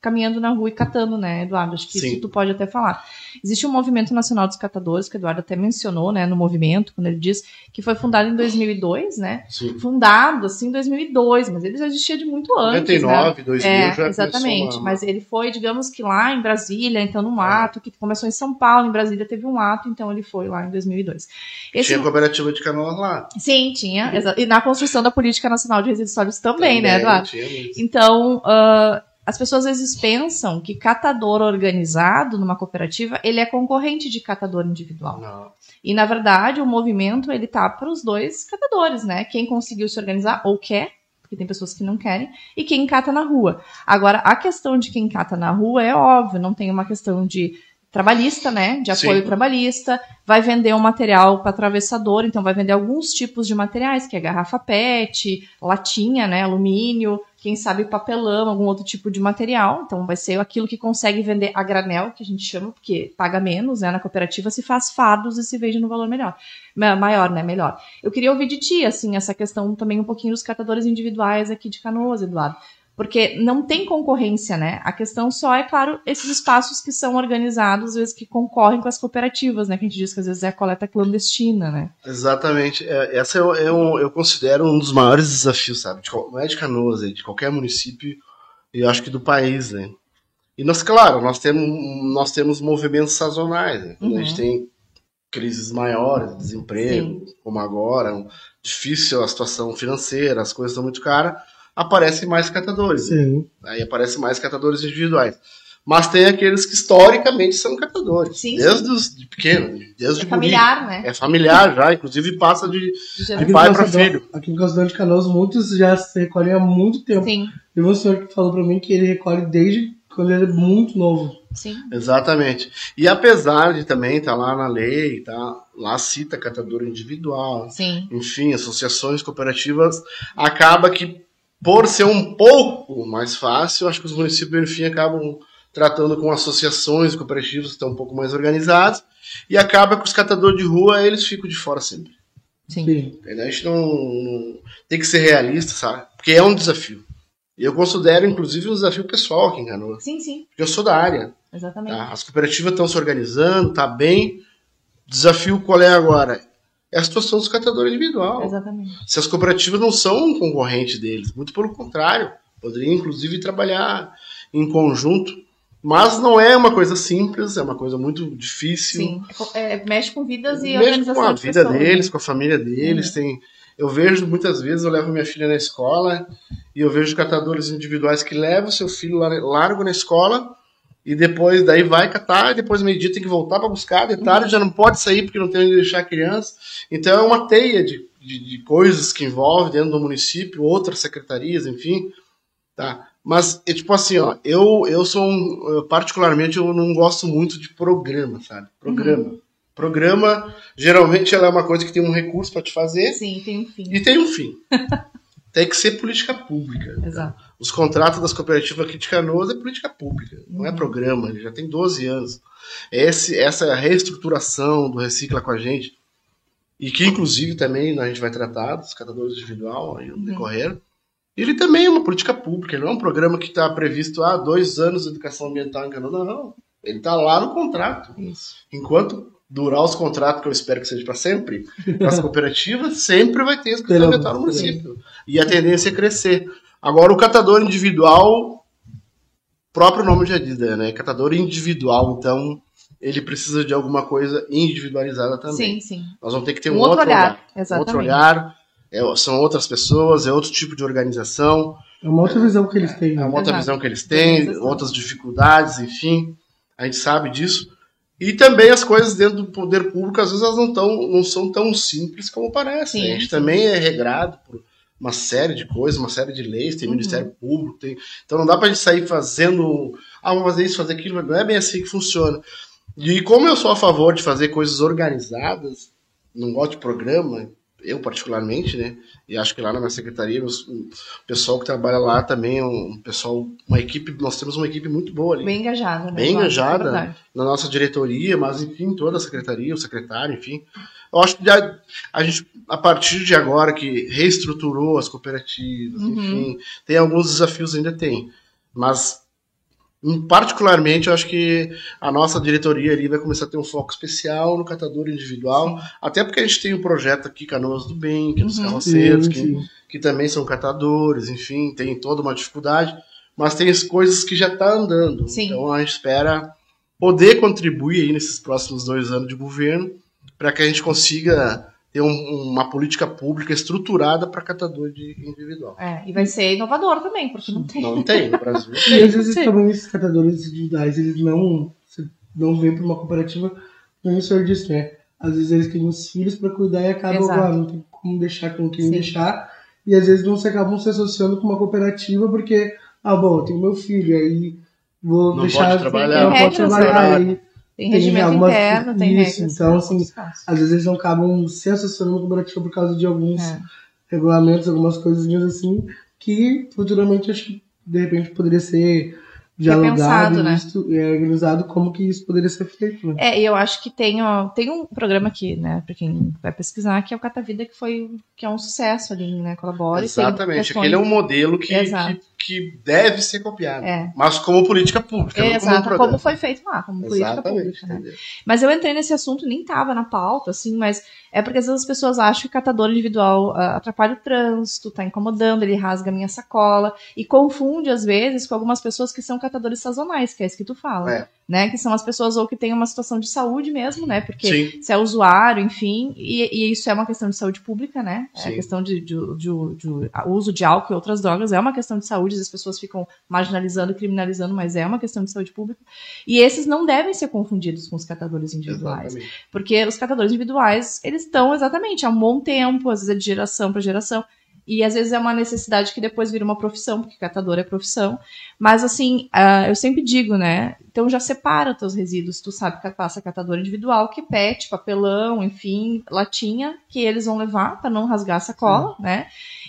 caminhando na rua e catando, né, Eduardo? Acho que Sim. isso tu pode até falar. Existe um movimento nacional dos catadores, que o Eduardo até mencionou, né, no movimento, quando ele diz que foi fundado em dois mil e dois, né? Sim. Fundado, assim, em dois mil e dois, mas ele já existia de muito antes, noventa e nove, né? dois mil É, já exatamente, começou uma... mas ele foi, digamos que lá em Brasília, então num É. ato, que começou em São Paulo, em Brasília teve um ato, então ele foi lá em dois mil e dois. Esse... Tinha cooperativa de Canoas lá. Sim, tinha, e na construção da Política Nacional de Resíduos Sólidos também, Também, né, Eduardo? tinha muito. Então, uh, as pessoas às vezes pensam que catador organizado numa cooperativa, ele é concorrente de catador individual. Não. E, na verdade, o movimento, ele tá para os dois catadores, né? Quem conseguiu se organizar ou quer, porque tem pessoas que não querem, e quem cata na rua. Agora, a questão de quem cata na rua é óbvio, não tem uma questão de trabalhista, né? De apoio Sim. trabalhista, vai vender um material para atravessador, então vai vender alguns tipos de materiais, que é garrafa P E T, latinha, né? Alumínio, quem sabe papelão, algum outro tipo de material. Então vai ser aquilo que consegue vender a granel, que a gente chama, porque paga menos, né? Na cooperativa se faz fardos e se vende no valor melhor, maior, né? Melhor. Eu queria ouvir de ti, assim, essa questão também um pouquinho dos catadores individuais aqui de Canoas, Eduardo. Porque não tem concorrência, né? A questão só é, claro, esses espaços que são organizados, às vezes que concorrem com as cooperativas, né? Que a gente diz que às vezes é a coleta clandestina, né? Exatamente. É, essa é, é um, eu considero um dos maiores desafios, sabe? De, não é de Canoas, é de qualquer município, e eu acho que do país, né? E nós, claro, nós temos, nós temos movimentos sazonais, né? Quando Uhum. a gente tem crises maiores, desemprego, Sim. como agora, um, difícil a situação financeira, as coisas estão muito caras, aparecem mais catadores. Sim. Aí aparecem mais catadores individuais. Mas tem aqueles que historicamente são catadores. Sim, desde os de pequeno, desde É o familiar, né? É familiar já, inclusive passa de, Já- de pai para Caçador- filho. Aqui em Caçador de Canoas, muitos já se recolhem há muito tempo. Sim, E o senhor que falou pra mim que ele recolhe desde quando ele é muito novo. sim. Exatamente. E apesar de também estar lá na lei, tá, lá cita catador individual, Sim. enfim, associações cooperativas, acaba que por ser um pouco mais fácil, acho que os municípios, enfim, acabam tratando com associações cooperativas que estão um pouco mais organizadas, e acaba que os catadores de rua, eles ficam de fora sempre. Sim. Sim. A gente não, não tem que ser realista, sabe? Porque é um desafio. E eu considero, inclusive, um desafio pessoal aqui em Canoas, Sim, sim. porque eu sou da área. Exatamente. Tá? As cooperativas estão se organizando, tá bem. O desafio qual é agora? É a situação dos catadores individual. Exatamente. Se as cooperativas não são um concorrente deles, muito pelo contrário, poderiam inclusive trabalhar em conjunto, mas não é uma coisa simples, é uma coisa muito difícil. Sim. É, é, mexe com vidas e Mexe com organização a de vida pessoas, deles, né? com a família deles. Tem, eu vejo muitas vezes, eu levo minha filha na escola e eu vejo catadores individuais que levam seu filho lá, largo na escola e depois daí vai catar, e depois meio-dia tem que voltar para buscar, de tarde já não pode sair porque não tem onde deixar a criança. Então é uma teia de, de, de coisas que envolve dentro do município, outras secretarias, enfim. Tá? Mas, é tipo assim, ó, eu, eu sou um, eu, particularmente, eu não gosto muito de programa, sabe? Programa. Uhum. Programa, geralmente, ela é uma coisa que tem um recurso para te fazer. Sim, tem um fim. E tem um fim. Tem que ser política pública. Exato. Tá? Os contratos das cooperativas aqui de Canoas é política pública, uhum. não é programa, ele já tem doze anos. Esse, essa reestruturação do Recicla com a gente, e que inclusive também a gente vai tratar dos catadores individual aí no uhum. decorrer, ele também é uma política pública, ele não é um programa que está previsto há ah, dois anos de educação ambiental em Canoas, não, não. Ele está lá no contrato. Isso. Enquanto durar os contratos, que eu espero que seja para sempre, as cooperativas sempre vai ter educação ambiental no município. E a tendência é crescer. Agora, o catador individual, próprio nome já diz, né? Catador individual, então ele precisa de alguma coisa individualizada também. Sim, sim. Nós vamos ter que ter um, um outro, outro olhar. olhar. Exatamente. Outro olhar, é, são outras pessoas, é outro tipo de organização. É uma outra visão que eles têm. É uma outra Exato. visão que eles têm, outras dificuldades, enfim. A gente sabe disso. E também as coisas dentro do poder público, às vezes, elas não, tão, não são tão simples como parece. Sim, a gente sim. também é regrado por uma série de coisas, uma série de leis, tem uhum. Ministério Público, tem... então não dá pra gente sair fazendo, ah, vamos fazer isso, fazer aquilo, não é bem assim que funciona. E como eu sou a favor de fazer coisas organizadas, não gosto de programa, eu particularmente, né, e acho que lá na minha secretaria, o pessoal que trabalha lá também é um pessoal, uma equipe, nós temos uma equipe muito boa ali. Bem engajada, né? Bem Claro, engajada é na nossa diretoria, mas enfim, toda a secretaria, o secretário, enfim. Eu acho que já, a gente, a partir de agora que reestruturou as cooperativas, Uhum. enfim, tem alguns desafios, ainda tem, mas Particularmente, eu acho que a nossa diretoria ali vai começar a ter um foco especial no catador individual, sim. Até porque a gente tem um projeto aqui, Canoas do Bem, que é dos uhum. carroceiros, sim, que, sim. que também são catadores, enfim, tem toda uma dificuldade, mas tem as coisas que já estão tá andando. Sim. Então a gente espera poder contribuir aí nesses próximos dois anos de governo para que a gente consiga ter um, uma política pública estruturada para catador de individual. É, e vai ser inovador também, porque não tem. Não tem no Brasil. E às vezes também esses catadores individuais, eles não, não vêm para uma cooperativa, como o senhor disse, né? Às vezes eles têm os filhos para cuidar e acabam, ah, não tem como deixar com quem Sim. deixar, e às vezes não se acabam se associando com uma cooperativa porque, ah, bom, eu tenho meu filho, aí vou não deixar... Pode trabalhar, não tem pode trabalhar, aí... Tem regimento tem algumas, interno, tem isso, regras. Então, assim, às vezes eles não acabam se associando com a cooperativa por causa de alguns é. regulamentos, algumas coisinhas assim, que futuramente acho que de repente poderia ser dialogado, né? visto, é, organizado como que isso poderia ser feito. Né? É, e eu acho que tem, ó, tem um programa aqui, né, para quem vai pesquisar, que é o Catavida, que foi que é um sucesso ali, né, colabora. Exatamente, questões... aquele é um modelo que, que, que deve ser copiado, é. mas como política pública, é, não exato, como, como foi feito lá, como Exatamente, política pública. Né? Mas eu entrei nesse assunto, nem tava na pauta, assim, mas é porque às vezes as pessoas acham que o catador individual uh, atrapalha o trânsito, tá incomodando, ele rasga a minha sacola, e confunde às vezes com algumas pessoas que são catadores sazonais, que é isso que tu fala, é. né, que são as pessoas ou que têm uma situação de saúde mesmo, né, porque Sim. se é usuário, enfim, e, e isso é uma questão de saúde pública, né, Sim. é a questão de, de, de, de, de uso de álcool e outras drogas, é uma questão de saúde, as pessoas ficam marginalizando e criminalizando, mas é uma questão de saúde pública, e esses não devem ser confundidos com os catadores individuais, exatamente. Porque os catadores individuais, eles estão exatamente há um bom tempo, às vezes é de geração para geração, e às vezes é uma necessidade que depois vira uma profissão, porque catador é profissão. Mas assim, uh, eu sempre digo, né? Então já separa os teus resíduos. Tu sabe que passa catador individual, que pet, papelão, enfim, latinha, que eles vão levar para não rasgar a sacola, Sim. né?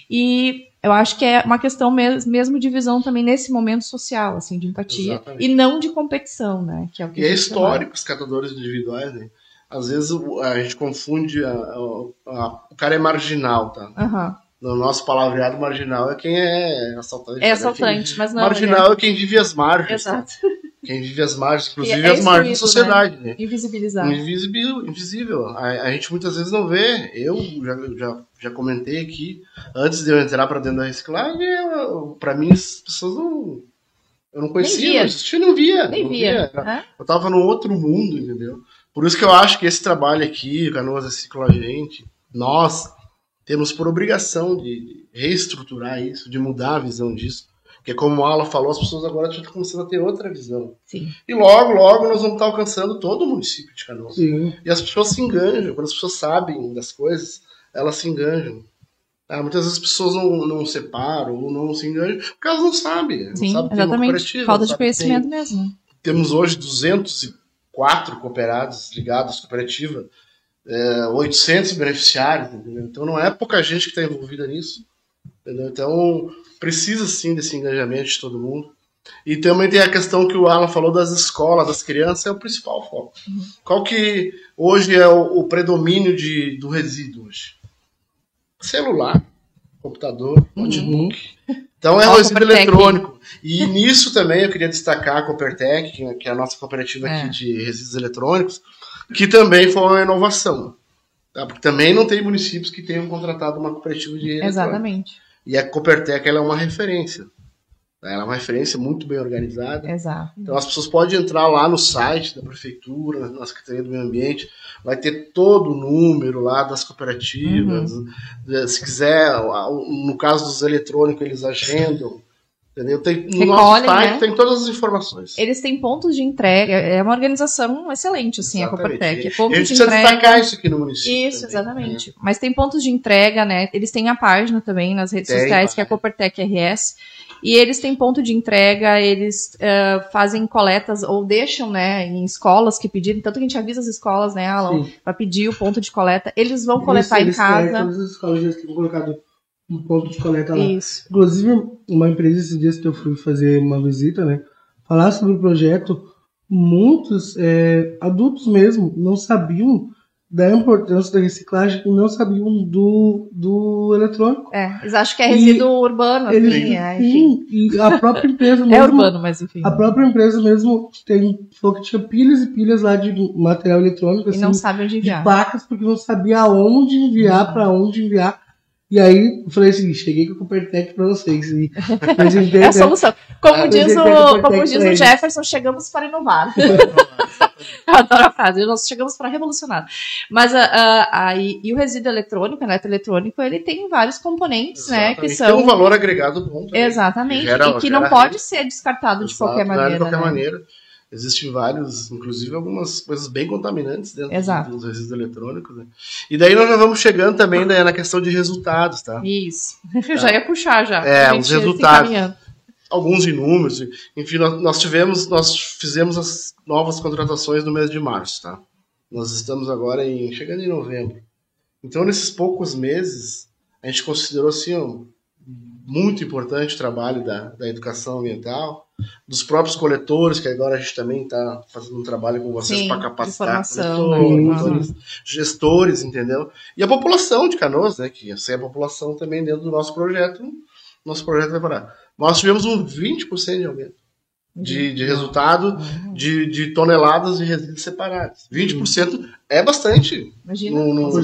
E eu acho que é uma questão mesmo, mesmo de visão também nesse momento social, assim, de empatia. Exatamente. E não de competição, né? Que é o que e é histórico os catadores individuais, né? Às vezes a gente confunde, a, a, a, o cara é marginal, tá? Aham. Uhum. No nosso palavreado, marginal é quem é assaltante. É assaltante, né? mas não. Marginal é... é quem vive às margens. Exato. Tá? Quem vive às margens, inclusive é as margens da sociedade. Né? Né? Invisibilizado. Invisível, invisível. A, a gente muitas vezes não vê. Eu já, já, já comentei aqui, antes de eu entrar para dentro da reciclagem, para mim as pessoas não. Eu não conhecia, não assistia, não via. Nem não via. via. É? Eu tava num outro mundo, entendeu? Por isso que eu acho que esse trabalho aqui, Canoas Recicla a Gente, nós temos por obrigação de reestruturar isso, de mudar a visão disso. Porque como a Ala falou, as pessoas agora já estão começando a ter outra visão. Sim. E logo, logo nós vamos estar alcançando todo o município de Canoas. Sim. E as pessoas se enganjam. Quando as pessoas sabem das coisas, elas se enganjam. Ah, muitas vezes as pessoas não, não separam ou não se enganjam porque elas não sabem. Sim, não sabem exatamente. Falta de conhecimento tem, mesmo. Temos hoje duzentos e quatro cooperados ligados à cooperativa. É, oitocentos beneficiários, entendeu? Então não é pouca gente que está envolvida nisso, entendeu? Então precisa sim desse engajamento de todo mundo. E também tem a questão que o Alan falou das escolas, das crianças, é o principal foco. Uhum. Qual que hoje é o, o predomínio de, do resíduo hoje? Celular, computador, notebook. Uhum. Então é o resíduo eletrônico. E nisso também eu queria destacar a Coopertec, que é a nossa cooperativa é. aqui de resíduos eletrônicos, que também foi uma inovação. Tá? Porque também não tem municípios que tenham contratado uma cooperativa de eletrônica. Exatamente. E a Coopertec ela é uma referência. Ela é uma referência muito bem organizada. Exato. Então as pessoas podem entrar lá no site da prefeitura, na Secretaria do Meio Ambiente, vai ter todo o número lá das cooperativas. Uhum. Se quiser, no caso dos eletrônicos, eles agendam. Entendeu? Tem, no Recolhem, nosso site né? tem todas as informações. Eles têm pontos de entrega, é uma organização excelente, assim, exatamente. A Coopertec. É pontos a gente precisa entrega... destacar isso aqui no município. Isso, também, exatamente. Né? Mas tem pontos de entrega, né? Eles têm a página também nas redes tem, sociais, pai. que é a Coopertec R S. E eles têm ponto de entrega, eles uh, fazem coletas ou deixam, né, em escolas que pediram, tanto que a gente avisa as escolas, né, Alan, para pedir o ponto de coleta. Eles vão coletar isso, em casa. É, todas as escolas já têm colocado um ponto de coleta lá. Isso. Inclusive, uma empresa, esses dias que eu fui fazer uma visita, né, falar sobre o projeto, muitos é, adultos mesmo não sabiam da importância da reciclagem e não sabiam do, do eletrônico. É, eles acham que é resíduo e urbano, assim, eles, é, enfim. Sim, e a própria empresa mesmo... É urbano, mas enfim. A própria empresa mesmo tem, falou que tinha pilhas e pilhas lá de material eletrônico, e assim, não sabe onde enviar. de placas, porque não sabia aonde enviar, uhum. para onde enviar. E aí, eu falei assim, cheguei com o Copertec pra vocês. E é a solução. Como diz o, como diz o Jefferson, chegamos para inovar. Eu adoro a frase, nós chegamos para revolucionar. Mas uh, uh, aí, e o resíduo eletrônico, o eletroeletrônico, ele tem vários componentes, Exatamente. né? Que são... Tem um valor agregado bom também. Exatamente, que gera, e que não pode ser descartado Exato, de qualquer maneira. De qualquer né? maneira. Existem vários, inclusive algumas coisas bem contaminantes dentro Exato. dos resíduos eletrônicos. Né? E daí nós já vamos chegando também daí na questão de resultados, tá? Isso. Tá. Já ia puxar já. É, os resultados. Alguns de números. Enfim, nós, nós tivemos, nós fizemos as novas contratações no mês de março, tá? Nós estamos agora em, chegando em novembro. Então, nesses poucos meses, a gente considerou assim, ó, muito importante o trabalho da, da educação ambiental, dos próprios coletores, que agora a gente também está fazendo um trabalho com vocês para capacitar coletores, né? Gestores, entendeu? E a população de Canoas, né? Que essa é a população também dentro do nosso projeto. Nosso projeto vai parar. Nós tivemos um vinte por cento de aumento de, de resultado de, de toneladas de resíduos separados. vinte por cento é bastante. Imagina, no, no,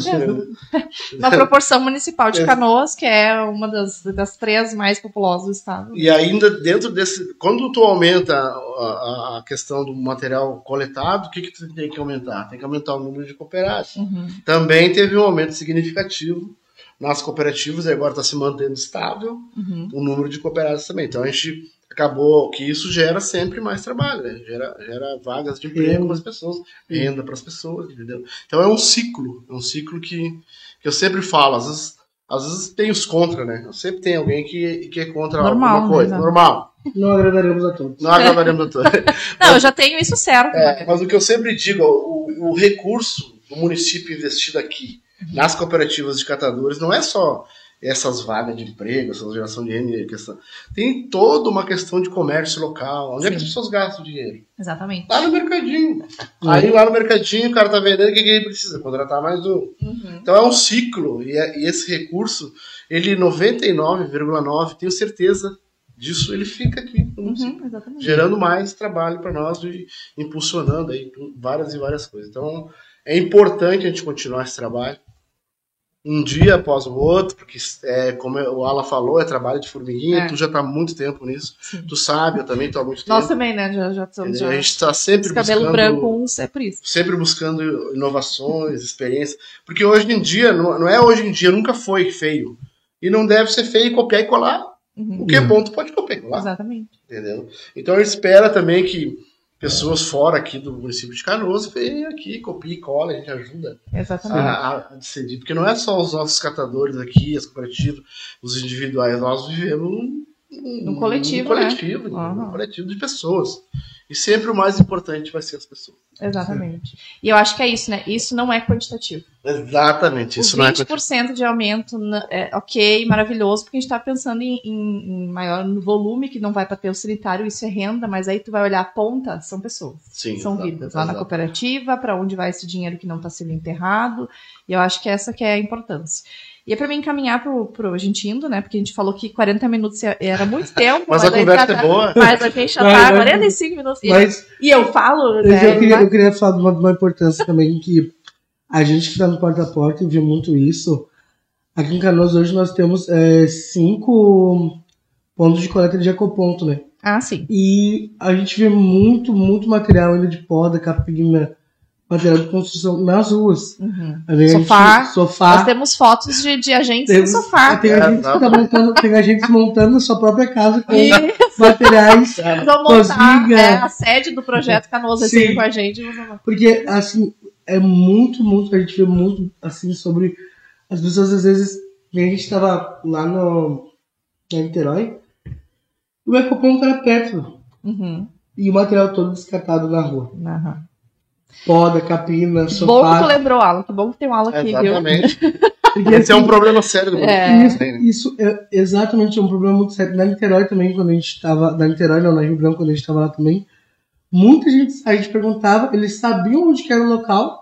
uma proporção municipal de Canoas, que é uma das, das três mais populosas do estado. E ainda dentro desse... Quando tu aumenta a, a, a questão do material coletado, o que, que tu tem que aumentar? Tem que aumentar o número de cooperados. Uhum. Também teve um aumento significativo nas cooperativas, e agora está se mantendo estável uhum. o número de cooperados também. Então a gente acabou que isso gera sempre mais trabalho, né? Gera, gera vagas de emprego para as pessoas, renda para as pessoas, entendeu? Então é um ciclo, é um ciclo que, que eu sempre falo, às vezes, às vezes tem os contra, né? Sempre tem alguém que, que é contra normal, alguma coisa, né? Normal. Não agradaremos a todos. Não agradaremos a todos. Não, mas, eu já tenho isso certo. É, mas o que eu sempre digo, o, o recurso do município investido aqui, nas cooperativas de catadores, não é só essas vagas de emprego, essa geração de renda, questão. Tem toda uma questão de comércio local. Onde Sim. é que as pessoas gastam dinheiro? Exatamente. Lá no mercadinho. Uhum. Aí lá no mercadinho o cara tá vendendo, o que, que ele precisa? Contratar mais um. Uhum. Então é um ciclo. E, é, e esse recurso, ele noventa e nove vírgula nove por cento, tenho certeza disso, ele fica aqui no município, uhum, gerando mais trabalho para nós e impulsionando aí várias e várias coisas. Então é importante a gente continuar esse trabalho. Um dia após o outro, porque é, como o Ala falou, é trabalho de formiguinha, é. Tu já está há muito tempo nisso, Sim. Tu sabe, eu também estou há muito tempo. Nós também, né, já, já estamos já... A gente está sempre Esse cabelo buscando... branco, uns é por isso. Sempre buscando inovações, experiências, porque hoje em dia, não, não é hoje em dia, nunca foi feio, e não deve ser feio copiar e colar. Uhum. O que é bom, tu pode copiar e colar. Exatamente. Entendeu? Então a gente espera também que pessoas fora aqui do município de Canoas venham aqui, copiem e colem, a gente ajuda Exatamente. a, a decidir. Porque não é só os nossos catadores aqui, as cooperativas, os individuais, nós vivemos num, num coletivo, num coletivo, né? num uhum. coletivo de pessoas. E sempre o mais importante vai ser as pessoas. Exatamente. E eu acho que é isso, né? Isso não é quantitativo. Exatamente. Isso não é vinte por cento de aumento é ok, maravilhoso, porque a gente está pensando em, em, em maior volume, que não vai para ter o sanitário, isso é renda, mas aí tu vai olhar a ponta, são pessoas. Sim, são exato, vidas. Lá exato. Na cooperativa, para onde vai esse dinheiro que não está sendo enterrado. E eu acho que essa que é a importância. E é para mim encaminhar pro, pro a gente indo, né? Porque a gente falou que quarenta minutos era muito tempo. mas, mas a conversa tá, é boa. Mas a gente já tá quarenta e cinco minutos. Mas, e eu falo, eu né? Eu queria, eu queria falar de uma, de uma importância também, que a gente que está no porta a porta e viu muito isso. Aqui em Canoas hoje nós temos é, cinco pontos de coleta de ecoponto, né? Ah, sim. E a gente vê muito, muito material ainda de poda, capina, material de construção nas ruas. Uhum. Sofá, gente, sofá. Nós temos fotos de, de agentes temos, no sofá. Tem, é, agentes que tá montando, tem agentes montando a sua própria casa com Isso. materiais. Vão montar é, a sede do projeto Canoas assim, com a gente. Porque, assim, é muito, muito, a gente vê muito, assim, sobre as pessoas, às vezes, a gente estava lá no, em Niterói, o ecoponto era perto. Uhum. E o material todo descartado na rua. Uhum. Poda, capina, sofá. Bom que tu lembrou, Alan. Que bom que tem um Alan aqui, exatamente. viu? Porque esse assim, é um problema sério do mundo. É. Isso, isso é exatamente um problema muito sério. Na Niterói também, quando a gente estava... Na Niterói, não, na Rio Branco, quando a gente estava lá também, muita gente, a gente perguntava, eles sabiam onde que era o local,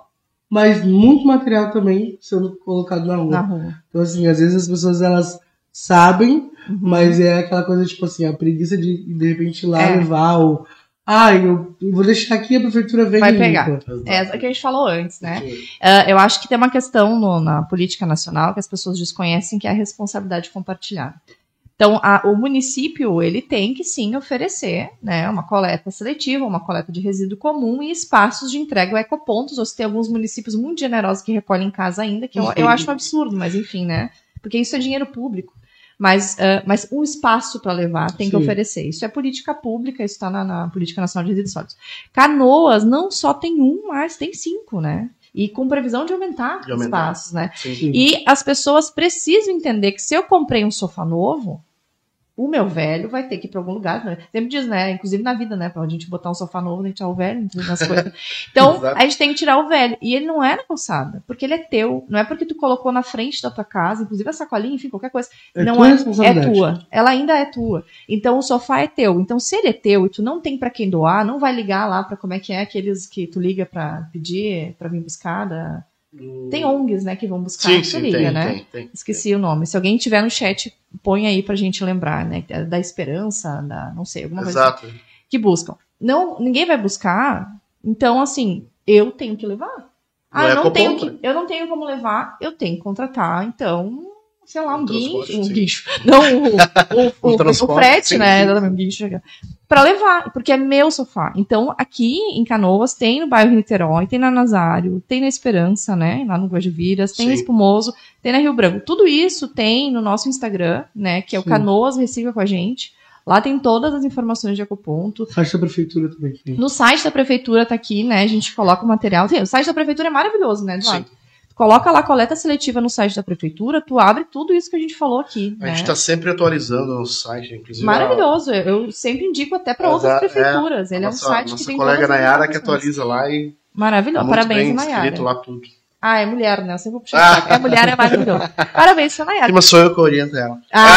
mas muito material também sendo colocado na rua. Na rua. Então, assim, às vezes as pessoas, elas sabem, Uhum. mas é aquela coisa, tipo assim, a preguiça de, de repente, ir lá É. levar, ou, ah, eu, eu vou deixar aqui, a prefeitura vem Vai e pegar. limpa. É o que a gente falou antes, né? Uh, eu acho que tem uma questão no- na política nacional que as pessoas desconhecem, que é a responsabilidade compartilhada. Então, a- o município, ele tem que, sim, oferecer, né, uma coleta seletiva, uma coleta de resíduo comum e espaços de entrega ou ecopontos, ou se tem alguns municípios muito generosos que recolhem em casa ainda, que eu, eu acho um absurdo, mas enfim, né? Porque isso é dinheiro público. Mas, uh, mas um espaço para levar tem que Sim. oferecer. Isso é política pública, isso está na, na Política Nacional de Resíduos Sólidos. Canoas não só tem um, mas tem cinco, né? E com previsão de aumentar De aumentar. espaços, né? Sim. Sim. E as pessoas precisam entender que se eu comprei um sofá novo, o meu velho vai ter que ir para algum lugar. Né? Sempre diz, né? Inclusive na vida, né? Pra gente botar um sofá novo, a gente tirar o velho, nas coisas. Então, Exato. a gente tem que tirar o velho. E ele não é na calçada, porque ele é teu. Não é porque tu colocou na frente da tua casa, inclusive a sacolinha, enfim, qualquer coisa. É não tua é, é responsabilidade. tua. Ela ainda é tua. Então, o sofá é teu. Então, se ele é teu e tu não tem para quem doar, não vai ligar lá para como é que é aqueles que tu liga para pedir, para vir buscar. Da... Tem O N Gs, né, que vão buscar. Sim, tu sim, liga, tem, né? tem, tem. Esqueci o nome. Se alguém tiver no chat, põe aí pra gente lembrar, né? Da esperança, da, não sei, alguma coisa assim, Exato. que buscam. Não, ninguém vai buscar, então assim, eu tenho que levar. Ah, Não é eu não, tenho cupom, que, eu não tenho como levar, eu tenho que contratar, então, sei lá, um, Um guincho, transporte, um sim. guincho. Não, o, o, o, Um o, transporte, o frete, sim, né? sim. Exatamente, um guincho. Pra levar, porque é meu sofá. Então, aqui em Canoas, tem no bairro Niterói, tem na Nazário, tem na Esperança, né? Lá no Guajiviras, tem no Sim. Espumoso, tem na Rio Branco. Tudo isso tem no nosso Instagram, né? Que é o Sim. Canoas Recicla com a gente. Lá tem todas as informações de ecoponto. O site da prefeitura também tem. No site da prefeitura tá aqui, né? A gente coloca o material. Tem, o site da prefeitura é maravilhoso, né, Eduardo? Tu coloca lá a coleta seletiva no site da prefeitura, tu abre tudo isso que a gente falou aqui. A né? gente está sempre atualizando o site, inclusive. Maravilhoso. Eu eu sempre indico até para Mas outras a- prefeituras. a Ele é um nossa, site que nossa tem colega todas as Nayara que informações. atualiza lá e tá Maravilhoso. muito Parabéns, bem Nayara. escrito lá tudo. Ah, é mulher, né? Eu sempre vou puxar. Ah. É mulher, é maravilhoso. Parabéns, seu Nayara. Sim, mas sou eu que oriento ela.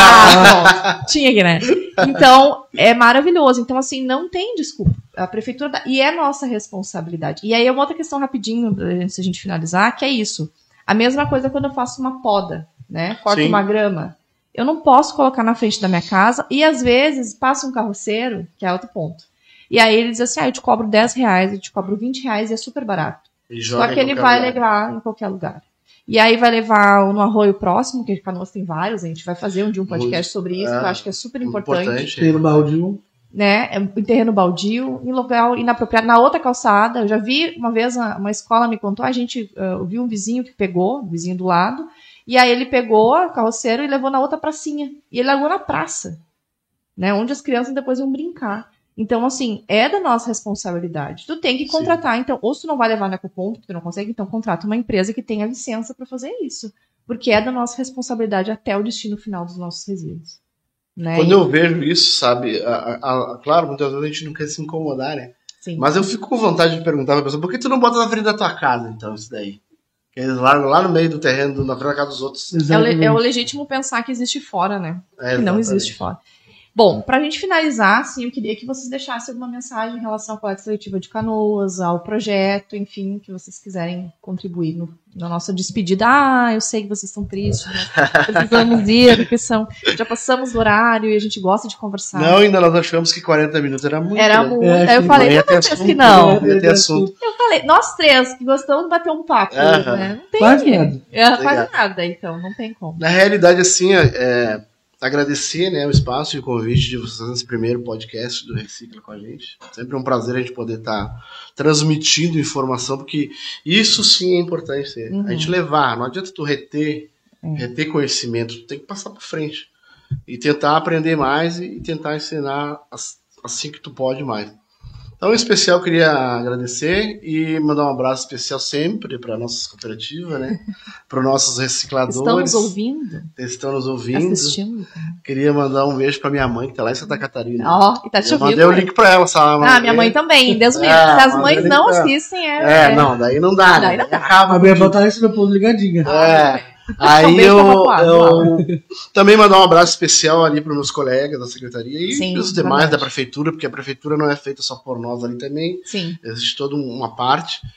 Ah, bom. Tinha que, né? Então, é maravilhoso. Então, assim, não tem desculpa. A prefeitura dá... E é nossa responsabilidade. E aí, uma outra questão rapidinho, antes da gente finalizar, que é isso. A mesma coisa quando eu faço uma poda, né? Corto Sim. uma grama. Eu não posso colocar na frente da minha casa e, às vezes, passa um carroceiro, que é outro ponto. E aí ele diz assim, ah, eu te cobro dez reais, eu te cobro vinte reais e é super barato. E Só joga que em ele qualquer vai lugar. levar em qualquer lugar. E aí vai levar no arroio próximo, que Canoas tem vários, a gente vai fazer um de um podcast Muito. sobre isso, É, que eu acho que é super importante. Importante. Tem no baldio. Né? É em terreno baldio, em local inapropriado, na outra calçada. Eu já vi uma vez uma, uma escola me contou, a gente uh, viu um vizinho que pegou, um vizinho do lado, e aí ele pegou o carroceiro e levou na outra pracinha. E ele largou na praça, né? Onde as crianças depois iam brincar. Então, assim, é da nossa responsabilidade. Tu tem que contratar, então, ou se tu não vai levar na Ecoponto, porque tu não consegue, então contrata uma empresa que tenha licença para fazer isso. Porque é da nossa responsabilidade até o destino final dos nossos resíduos. Né? Quando E- eu vejo isso, sabe, a, a- a- claro, muitas vezes a gente não quer se incomodar, né? Sim. Mas eu fico com vontade de perguntar pra pessoa, por que tu não bota na frente da tua casa, então, isso daí? Que eles largam lá no meio do terreno, na frente da casa dos outros. É o, Exatamente. le- é o legítimo pensar que existe fora, né? É, Que não exatamente. existe fora. Bom, pra gente finalizar, assim, eu queria que vocês deixassem alguma mensagem em relação à coleta seletiva de Canoas, ao projeto, enfim, que vocês quiserem contribuir no, na nossa despedida. Ah, eu sei que vocês estão tristes, mas precisamos ir, porque são, já passamos do horário e a gente gosta de conversar. Não, ainda nós achamos que quarenta minutos era muito. Era né? muito. É, Aí eu sim, falei, ia não, ter vocês assunto, que não. Ia ter assunto. Eu falei, nós três que gostamos de bater um papo, Aham. né? Não tem. Quase nada. É, quase Legal. nada, então, não tem como. Na realidade, assim, é, é, agradecer, né, o espaço e o convite de vocês nesse primeiro podcast do Recicla com a gente. Sempre um prazer a gente poder estar transmitindo informação, porque isso sim é importante. Né? Uhum. A gente levar, não adianta tu reter, É. reter conhecimento, tu tem que passar para frente. E tentar aprender mais e tentar ensinar as- assim que tu pode mais. Então, em especial, eu queria agradecer e mandar um abraço especial sempre para a nossa cooperativa, né? Para os nossos recicladores. Estamos ouvindo, que estão nos ouvindo. assistindo. Queria mandar um beijo para minha mãe, que está lá em Santa Catarina. Ó, e tá te eu ouvindo. mandei o né? link para ela, sabe? Ah, minha mãe também, Deus me livre. É, Se as mandei mães o link não pra ela. assistem, é. É, não, daí não dá, Daí né? não dá. Acaba. A minha botar isso no ponto ligadinha. É. Aí beijo eu, pra Papuá, eu também mandar um abraço especial ali para meus colegas da secretaria e Sim, os demais verdade. da prefeitura, porque a prefeitura não é feita só por nós ali também, Sim. existe toda uma parte.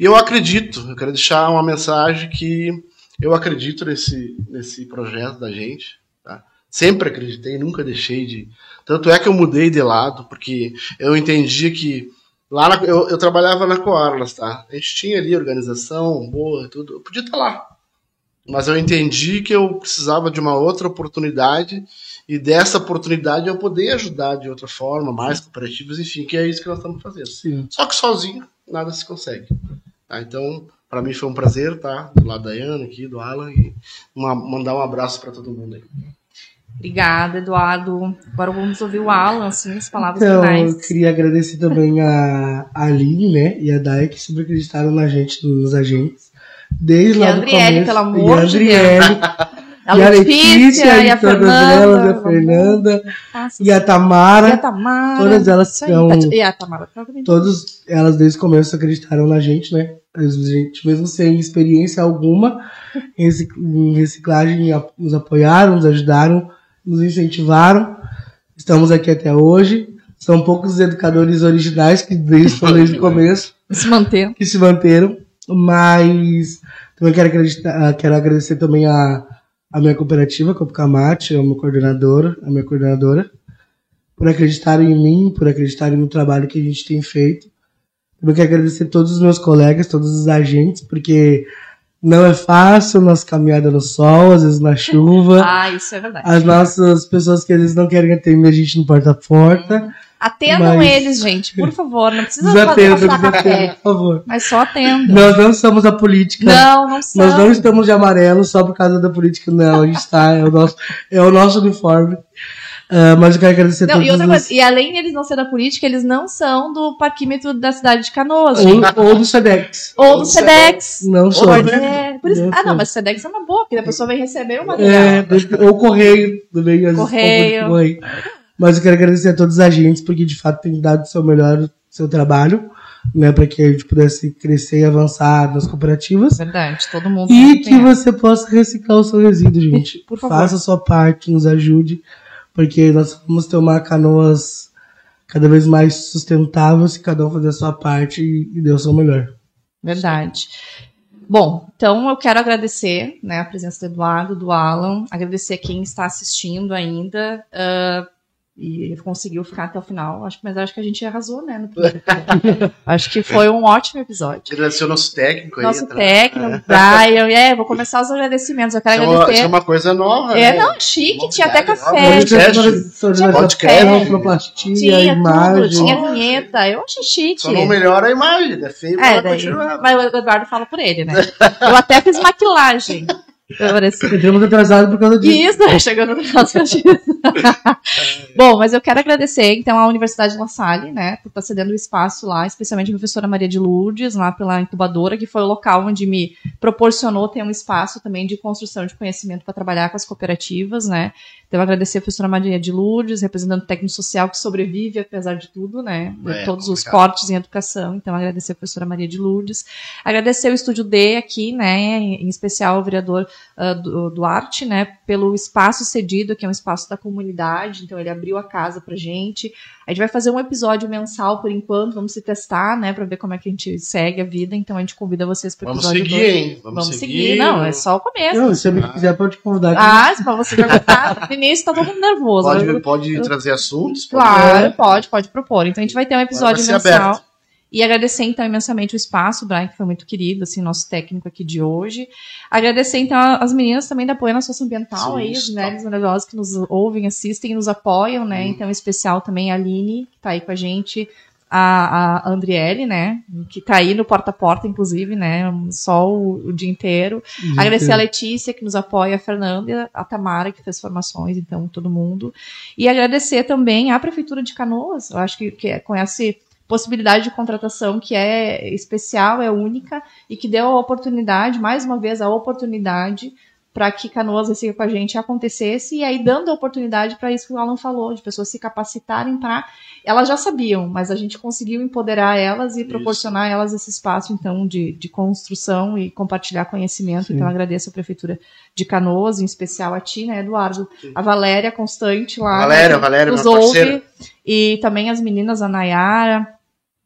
E eu acredito, eu quero deixar uma mensagem que eu acredito nesse, nesse projeto da gente, tá? Sempre acreditei, nunca deixei de... Tanto é que eu mudei de lado, porque eu entendi que lá na, eu, eu trabalhava na Coarlas, tá? A gente tinha ali organização boa, tudo. Eu podia estar lá. Mas eu entendi que eu precisava de uma outra oportunidade e dessa oportunidade eu poder ajudar de outra forma, mais cooperativas, enfim, que é isso que nós estamos fazendo. Sim. Só que sozinho nada se consegue. Tá? Então, para mim foi um prazer estar do lado da Ana aqui, do Alan, e uma, mandar um abraço para todo mundo aí. Obrigada, Eduardo. Agora vamos ouvir o Alan, assim, as palavras então, finais. Eu queria agradecer também a Aline, né, e a Dai, que sempre acreditaram na gente, nos agentes. Desde e lá a do Andriele, começo. pelo amor e a de Adriele, Deus. A e a Letícia, Letícia, e a e todas Fernanda. elas, a Fernanda, Nossa, e a Tamara. E a Tamara. Todas elas Isso aí, são... Tati- E a Tamara também. Todas elas desde o começo acreditaram na gente, né? A gente, mesmo sem experiência alguma em recic- em reciclagem, a- nos apoiaram, nos ajudaram, nos incentivaram. Estamos aqui até hoje. São poucos educadores originais que desde, desde o começo Se manter. que se manteram, mas também quero, acreditar, quero agradecer também a, a minha cooperativa, Copcamate, a minha coordenadora, a minha coordenadora, por acreditarem em mim, por acreditarem no trabalho que a gente tem feito. Também quero agradecer todos os meus colegas, todos os agentes, porque não é fácil nossa caminhada no sol, às vezes na chuva. Ah, isso é verdade. As nossas pessoas que às vezes não querem atender a gente no porta a porta. Atendam Mas- eles, gente, por favor. Não precisa Desatenda, fazer passar desatenda, café, por favor. mas só atendam. Nós não somos a política. Não, não são. Nós não estamos de amarelo só por causa da política, não. A gente tá, é o nosso, é o nosso uniforme. Ah, mas eu quero agradecer Não, todos e outra os... coisa, e além de eles não serem da política, eles não são do parquímetro da cidade de Canoas, gente. Ou, ou do SEDEX. Ou do SEDEX. Não Ou somos. do- É, por isso... Não Ah, não, somos. mas o SEDEX é uma boa, porque a pessoa vem receber o material. É, ou correio, do meio às vezes, Correio. correio. Mas eu quero agradecer a todos os agentes, porque de fato tem dado o seu melhor, o seu trabalho, né, para que a gente pudesse crescer e avançar nas cooperativas. Verdade, todo mundo. E tem que você possa reciclar o seu resíduo, gente. Por favor. Faça a sua parte, nos ajude, porque nós vamos tomar Canoas cada vez mais sustentáveis se cada um fazer a sua parte e, e dê o seu melhor. Verdade. Bom, então eu quero agradecer, né, a presença do Eduardo, do Alan, agradecer quem está assistindo ainda, ah, e ele conseguiu ficar até o final, acho, mas acho que a gente arrasou, né, no primeiro episódio. Acho que foi um ótimo episódio. Agradecer o nosso técnico aí. Nosso tá? técnico, Brian, é, vou começar os agradecimentos, eu quero Isso é, uma, agradecer. isso é uma coisa nova, É, né? não, chique, tinha Novidade, até nova. café, Podcast. Podcast. Sonoplastia, tinha imagem. tudo, tinha vinheta, eu achei chique. Só não melhora a imagem, né? Feio É, pra daí, continuar. mas o Eduardo fala por ele, né? Eu até fiz maquilagem. Eu pareci- Entramos atrasados por causa disso. Isso, chegando no final disso. Bom, mas eu quero agradecer, então, à Universidade de La Salle, né, por estar cedendo o espaço lá, especialmente a professora Maria de Lourdes, lá pela incubadora, que foi o local onde me proporcionou ter um espaço também de construção de conhecimento para trabalhar com as cooperativas, né. Então, eu agradecer a professora Maria de Lourdes, representante técnico social que sobrevive, apesar de tudo, né, de É, todos os complicado. cortes em educação. Então, agradecer a professora Maria de Lourdes. Agradecer o Estúdio D aqui, né, em especial ao vereador uh, Du- Duarte, né, pelo espaço cedido, que é um espaço da comunidade, então ele abriu a casa pra gente. A gente vai fazer um episódio mensal por enquanto, vamos se testar, né, pra ver como é que a gente segue a vida, então a gente convida vocês pro Vamos episódio seguir, dois. hein? Vamos, Vamos seguir. Não, é só o começo. Não, se você quiser, pode convidar. Ah, mas você vai botar. No início tá todo mundo nervoso. Pode, Eu- pode eu- trazer assuntos. pode- Claro, pode, pode propor. Então a gente vai ter um episódio Vai ser mensal. aberto. E agradecer, então, imensamente o espaço, o Brian, que foi muito querido, assim, nosso técnico aqui de hoje. Agradecer, então, as meninas também da Apoiando a Socioambiental, Sim, aí, as isso, mulheres maravilhosas que nos ouvem, assistem e nos apoiam, né? Hum. Então, em especial também a Aline, que tá aí com a gente, a, a Andriele, né? Que tá aí no porta a porta, inclusive, né? Só o, o dia inteiro. Agradecer a Letícia, que nos apoia, a Fernanda, a Tamara, que fez formações, então, todo mundo. E agradecer também à Prefeitura de Canoas, eu acho que, que é, com essa possibilidade de contratação que é especial, é única, e que deu a oportunidade, mais uma vez, a oportunidade para que Canoas receba com a gente acontecesse, e aí dando a oportunidade para isso que o Alan falou, de pessoas se capacitarem para... Elas já sabiam, mas a gente conseguiu empoderar elas e Isso. proporcionar a elas esse espaço, então, de, de construção e compartilhar conhecimento. Sim. Então, agradeço a Prefeitura de Canoas, em especial a ti, né, Eduardo? A Valéria Constante lá. Valéria, né, Valéria, nos minha ouve, parceira. e também as meninas, a Nayara,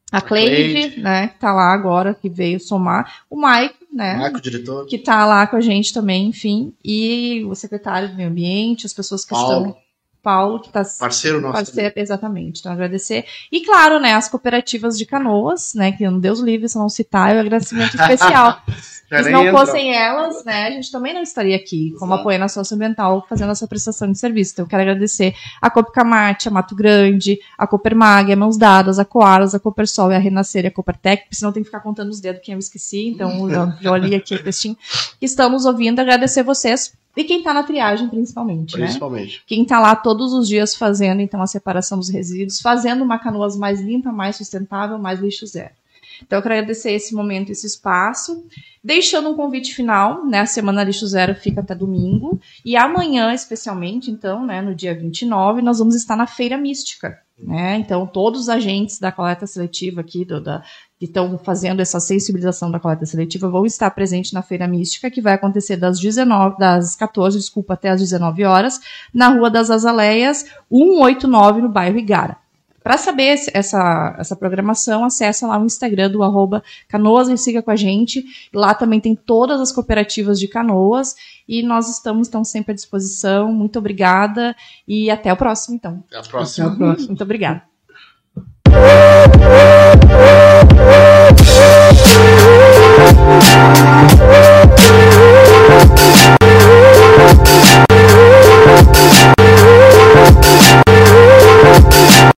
A Cleide, né, que tá lá agora, que veio somar. O Maico, né? Maico, diretor. Que tá lá com a gente também, enfim. E o secretário do Meio Ambiente, as pessoas que Paulo. estão... Paulo, que tá... Parceiro nosso. Parceiro, exatamente. Então, agradecer. E, claro, né, as cooperativas de Canoas, né, que Deus livre, se não citar, é um agradecimento especial. Já se nem não entra. fossem elas, né, a gente também não estaria aqui, como Exato. apoiando a socioambiental, fazendo essa prestação de serviço. Então, eu quero agradecer a Copcamate, a Mato Grande, a Copermag, a Mãos Dadas, a Coaras, a Copersol, a Renascer e a Copertec, porque senão tem que ficar contando os dedos quem eu esqueci, então eu já olhei aqui o textinho. Estamos ouvindo, agradecer vocês e quem está na triagem, principalmente, Principalmente. né? Quem está lá todos os dias fazendo, então, a separação dos resíduos, fazendo uma Canoas mais limpa, mais sustentável, mais lixo zero. Então, eu quero agradecer esse momento, esse espaço, deixando um convite final, né? A Semana Lixo Zero fica até domingo, e amanhã, especialmente, então, né, no dia vinte e nove, nós vamos estar na Feira Mística, né? Então, todos os agentes da coleta seletiva aqui, do, da, que estão fazendo essa sensibilização da coleta seletiva, vão estar presentes na Feira Mística, que vai acontecer das dezenove, das quatorze, desculpa, até as dezenove horas, na Rua das Azaleias, cento e oitenta e nove, no bairro Igara. Para saber essa, essa programação, acessa lá o Instagram do arroba Canoas e siga com a gente. Lá também tem todas as cooperativas de Canoas e nós estamos então sempre à disposição. Muito obrigada e até o próximo, então. Até a próxima. Até a próxima. Muito obrigada. We'll be right back.